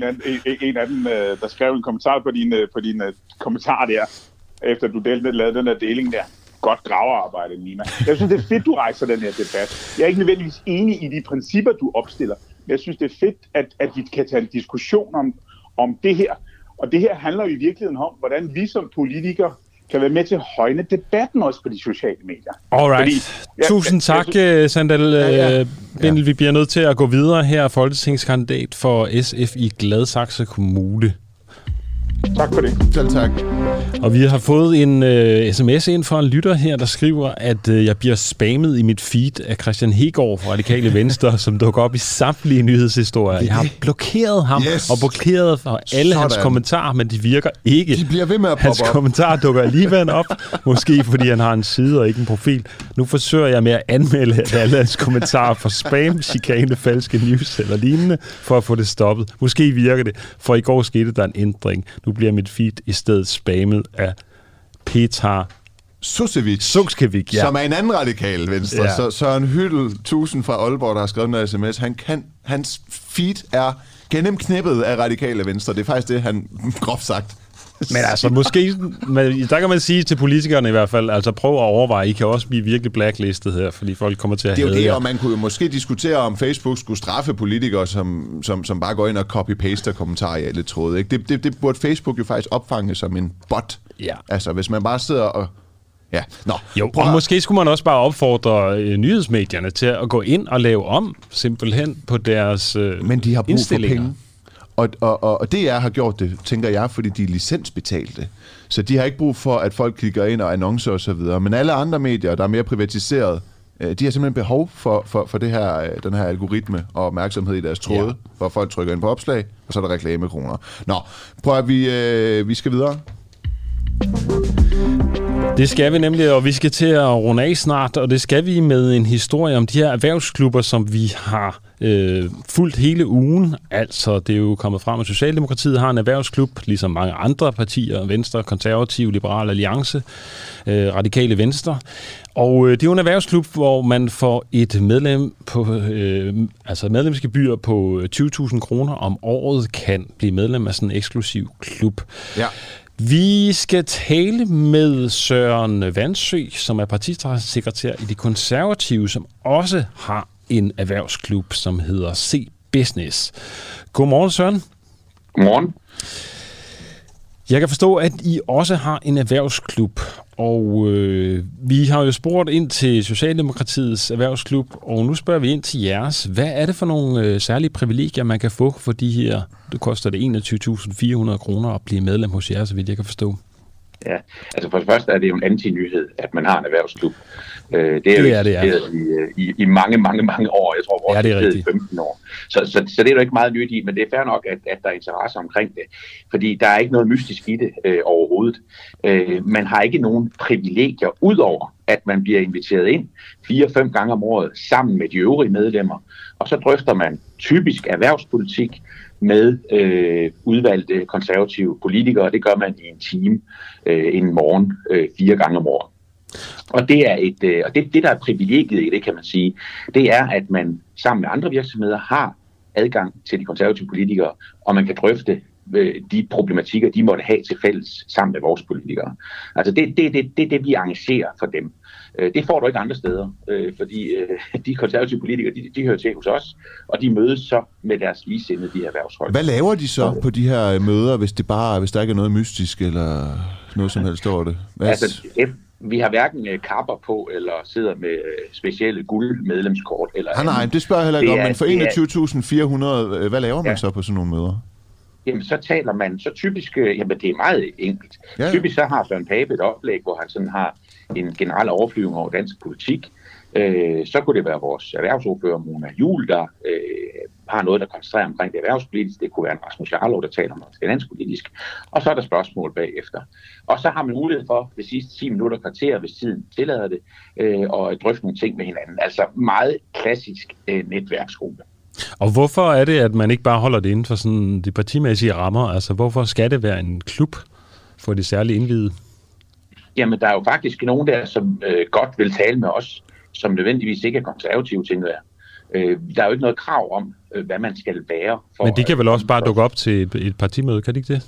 en af dem, der skrev en kommentar på din kommentar der, efter du lavede den der deling der. Godt gravearbejde, Nima. Jeg synes, det er fedt, du rejser den her debat. Jeg er ikke nødvendigvis enig i de principper, du opstiller, men jeg synes, det er fedt, at vi kan tage en diskussion om det her. Og det her handler jo i virkeligheden om, hvordan vi som politikere kan være med til at højne debatten også på de sociale medier. Alright. Tusind tak, Sandal Bindel. Vi bliver nødt til at gå videre her. Folketingskandidat for SF i Gladsaxe Kommune. Tak for det. Selv tak. Og vi har fået en sms ind fra en lytter her, der skriver, at jeg bliver spammet i mit feed af Christian Hegård fra Radikale Venstre, som dukker op i samtlige nyhedshistorier. Jeg har blokeret ham og blokeret for alle hans kommentarer, men de virker ikke. De bliver ved med at poppe op. Hans kommentarer dukker alligevel op, måske fordi han har en side og ikke en profil. Nu forsøger jeg med at anmelde alle hans kommentarer for spam, chikane, falske news eller lignende, for at få det stoppet. Måske virker det, for i går skete der en ændring. Nu bliver mit feed i stedet spammet af Petar Sukskevic, som er en anden radikal venstre. Ja. Så Søren Hyttel 1000 fra Aalborg, der har skrevet en sms, hans feed er gennemknippet af radikale venstre. Det er faktisk det, han groft sagt. Men altså, måske, der kan man sige til politikerne i hvert fald, altså prøv at overveje, I kan også blive virkelig blacklistet her, fordi folk kommer til at have det. Det er jo det, og man kunne jo måske diskutere, om Facebook skulle straffe politikere, som bare går ind og copy-paster kommentarer i alle tråde. Ikke? Det burde Facebook jo faktisk opfange som en bot. Ja. Altså, hvis man bare sidder og... Ja. Nå, jo, og måske skulle man også bare opfordre nyhedsmedierne til at gå ind og lave om, simpelthen på deres men de har brug for penge. Og DR har gjort det, tænker jeg, fordi de er licensbetalte. Så de har ikke brug for, at folk klikker ind og annoncer og så videre. Men alle andre medier, der er mere privatiseret, de har simpelthen behov for det her, den her algoritme og opmærksomhed i deres tråde, hvor folk trykker ind på opslag, og så er der reklamekroner. Nå, prøv at vi skal videre. Det skal vi nemlig, og vi skal til at runde af snart, og det skal vi med en historie om de her erhvervsklubber, som vi har fulgt hele ugen. Altså, det er jo kommet frem, at Socialdemokratiet har en erhvervsklub, ligesom mange andre partier, Venstre, Konservative, Liberal Alliance, Radikale Venstre. Og det er jo en erhvervsklub, hvor man får et medlem på, altså medlemsgebyr på 20.000 kroner om året kan blive medlem af sådan en eksklusiv klub. Ja. Vi skal tale med Søren Vandsø, som er partisekretær i De Konservative, som også har en erhvervsklub, som hedder C-Business. Godmorgen, Søren. Godmorgen. Jeg kan forstå, at I også har en erhvervsklub, Og vi har jo spurgt ind til Socialdemokratiets erhvervsklub, og nu spørger vi ind til jeres. Hvad er det for nogle særlige privilegier, man kan få for de her? Det koster det 21.400 kroner at blive medlem hos jer, så vidt jeg kan forstå. Ja, altså for det første er det jo en anti-nyhed, at man har en erhvervsklub. Det er jo eksisteret i mange, mange, mange år. Jeg tror, vores det er i 15 år. Så det er jo ikke meget nyt i, men det er fair nok, at der er interesse omkring det. Fordi der er ikke noget mystisk i det overhovedet. Man har ikke nogen privilegier, udover at man bliver inviteret ind 4-5 gange om året sammen med de øvrige medlemmer. Og så drøfter man typisk erhvervspolitik med udvalgte konservative politikere. Det gør man i en time en morgen 4 gange om året. Og det er det der er privilegiet i det, kan man sige, det er, at man sammen med andre virksomheder har adgang til de konservative politikere, og man kan drøfte de problematikker, de måtte have til fælles sammen med vores politikere. Altså det er det, vi arrangerer for dem. Det får du ikke andre steder, fordi de konservative politikere, de hører til hos os, og de mødes så med deres ligesindede, de erhvervsfolk. Hvad laver de så på de her møder, hvis der ikke er noget mystisk eller noget som helst over det? Altså, vi har hverken kapper på, eller sidder med specielle guldmedlemskort. Nej, det spørger jeg heller ikke om, men for 21.400, hvad laver man så på sådan nogle møder? Jamen, så taler man så typisk, jamen det er meget enkelt. Ja. Typisk så har Søren Pape et oplæg, hvor han sådan har en generel overflyvning over dansk politik. Så kunne det være vores erhvervsordfører, Mona Juhl, der har noget, der koncentrerer omkring det erhvervspolitiske. Det kunne være en Rasmus Jarlov, der taler om det finanspolitisk. Og så er der spørgsmål bagefter. Og så har man mulighed for ved sidste 10 minutter kvarter, hvis tiden tillader det, og drøfte nogle ting med hinanden. Altså meget klassisk netværksgruppe. Og hvorfor er det, at man ikke bare holder det inden for sådan de partimæssige rammer? Altså hvorfor skal det være en klub for de særlige indvidede? Jamen der er jo faktisk nogen der, som godt vil tale med os, som nødvendigvis ikke er konservative til at der er jo ikke noget krav om, hvad man skal være. Men de kan vel også bare dukke op til et partimøde, kan de ikke det?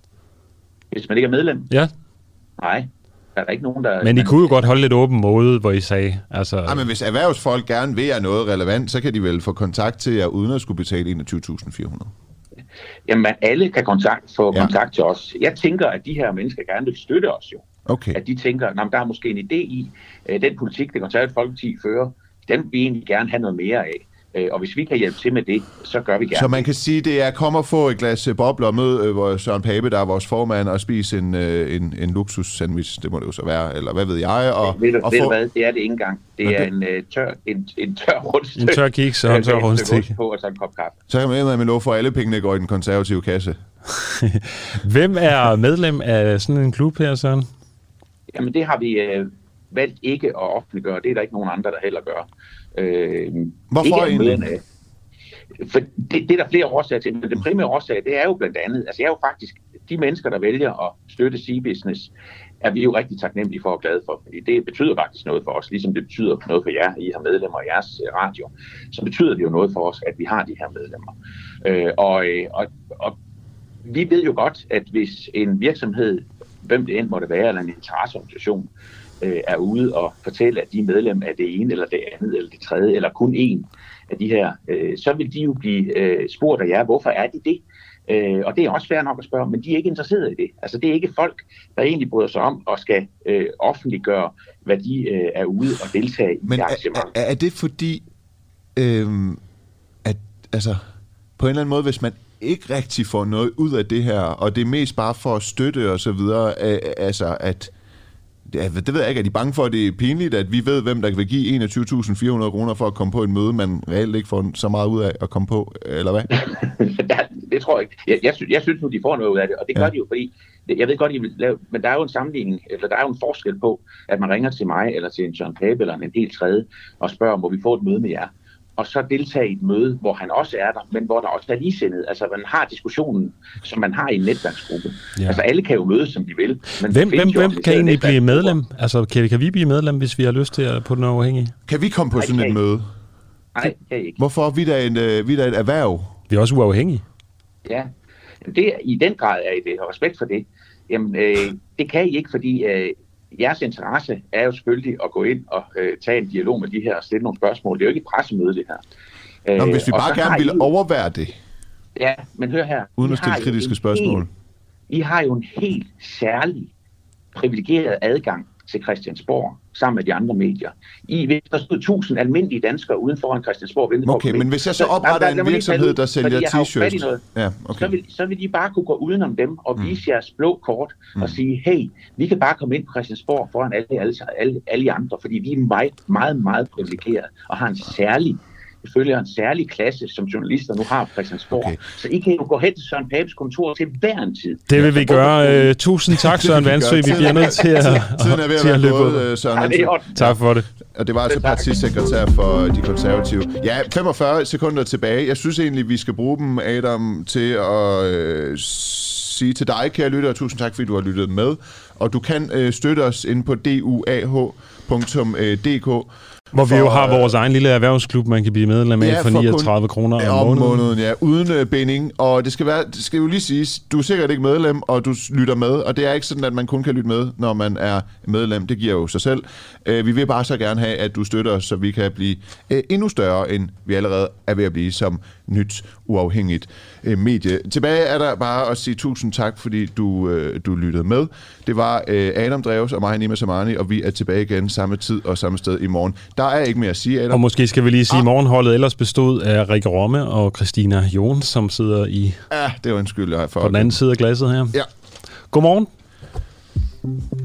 Hvis man ikke er medlem? Ja. Nej, der er ikke nogen, der... Men I kunne jo godt holde lidt åben måde, hvor I sagde... Altså... Ja, men hvis erhvervsfolk gerne vil noget relevant, så kan de vel få kontakt til jer, uden at skulle betale 21.400. Jamen, alle kan få kontakt til os. Jeg tænker, at de her mennesker gerne vil støtte os jo. Okay. At de tænker, at der er måske en idé i den politik, det konservative folkeparti fører, den vil vi egentlig gerne have noget mere af. Og hvis vi kan hjælpe til med det, så gør vi gerne. Så man kan sige, det er kom og få et glas bobler og møde hvor Søren Pape, der er vores formand, og spise en luksus-sandwich, det må det jo så være, eller hvad ved jeg. Ved du hvad, det er det ikke engang. Det er en tør rundstykke. En tør kiks og en tør rundstykke. På og så en kop kaffe. Så kan man med lov for, at alle pengene går i den konservative kasse. Hvem er medlem af sådan en klub her, Søren? Jamen det har vi valgt ikke at offentliggøre. Det er der ikke nogen andre, der heller gør. Hvorfor egentlig? For det er der flere årsager til, men den primære årsag, det er jo blandt andet, altså jeg er jo faktisk, de mennesker, der vælger at støtte C-Business, er vi jo rigtig taknemmelige for og glade for, fordi det betyder faktisk noget for os, ligesom det betyder noget for jer, I har medlemmer af jeres radio, så betyder det jo noget for os, at vi har de her medlemmer. Og vi ved jo godt, at hvis en virksomhed, hvem det end måtte være, eller en interesseorganisation, er ude og fortælle, at de er medlem af det ene, eller det andet, eller det tredje, eller kun en af de her, så vil de jo blive spurgt af jer, hvorfor er de det? Og det er også fair nok at spørge, men de er ikke interesserede i det. Altså det er ikke folk, der egentlig bryder sig om og skal offentliggøre, hvad de er ude og deltage i. Men er det fordi, at altså på en eller anden måde, hvis man ikke rigtig får noget ud af det her, og det er mest bare for at støtte og så videre, altså at det ved jeg ikke. Er de bange for, at det er pinligt, at vi ved, hvem der vil give 21.400 kroner for at komme på et møde, man reelt ikke får så meget ud af at komme på, eller hvad? Det tror jeg ikke. Jeg synes nu, de får noget ud af det, og det gør de jo, fordi jeg ved godt, I vil lave, men der er jo en sammenligning, eller der er jo en forskel på, at man ringer til mig, eller til en Søren Pape, eller en helt tredje, og spørger, må vi få et møde med jer? Og så deltage i et møde, hvor han også er der, men hvor der også er ligesindet. Altså, man har diskussionen, som man har i en netværksgruppe. Ja. Altså, alle kan jo mødes, som de vil. Men hvem kan egentlig blive medlem? Altså, kan vi blive medlem, hvis vi har lyst til at på den uafhængige? Kan vi komme på sådan et møde? Nej, kan I ikke. Hvorfor? Vi er et erhverv. Vi er også uafhængige. Ja, det, i den grad er I det, og respekt for det. Jamen, det kan I ikke, fordi jeres interesse er jo selvfølgelig at gå ind og tage en dialog med de her og stille nogle spørgsmål. Det er jo ikke et pressemøde, det her. Nå, hvis vi bare gerne ville overvære det. Ja, men hør her. Uden at stille kritiske spørgsmål. I har jo en helt særlig privilegeret adgang til Christiansborg, sammen med de andre medier. Hvis der stod 1000 almindelige danskere uden foran Christiansborg. Okay, men hvis jeg så opretter en virksomhed, der sælger t-shirts, så vil de bare kunne gå udenom dem og vise jeres blå kort og sige, hey, vi kan bare komme ind på Christiansborg foran alle andre, fordi vi er meget, meget, meget privilegerede og har en særlig klasse, som journalister nu har på Christiansborg. Okay. Så I kan jo gå hen til Søren Papes kontor til hver en tid. Det vil vi gøre. Tusind tak, Søren Vandsø. Vi bliver nødt til at løbe ud. Tak for det. Og det var altså partisekretær for de konservative. Ja, 45 sekunder tilbage. Jeg synes egentlig, vi skal bruge dem, Adam, til at sige til dig, kære lytter, og tusind tak, fordi du har lyttet med. Og du kan støtte os inde på duah.dk. Hvor vi jo har vores egen lille erhvervsklub, man kan blive medlem af for 39 kroner om måneden. Ja, uden binding. Og det skal jo lige siges, du er sikkert ikke medlem, og du lytter med. Og det er ikke sådan, at man kun kan lytte med, når man er medlem. Det giver jo sig selv. Vi vil bare så gerne have, at du støtter os, så vi kan blive endnu større, end vi allerede er ved at blive som nyt, uafhængigt medie. Tilbage er der bare at sige tusind tak, fordi du lyttede med. Det var Adam Drews og mig, Nima Samani, og vi er tilbage igen samme tid og samme sted i morgen. Der er ikke mere at sige, Adam. Og måske skal vi lige sige, at morgenholdet ellers bestod af Rikke Romme og Christina Jons, som sidder i... Ja, det var en skyld, jeg har for. På den anden side af glasset her. Ja. Godmorgen.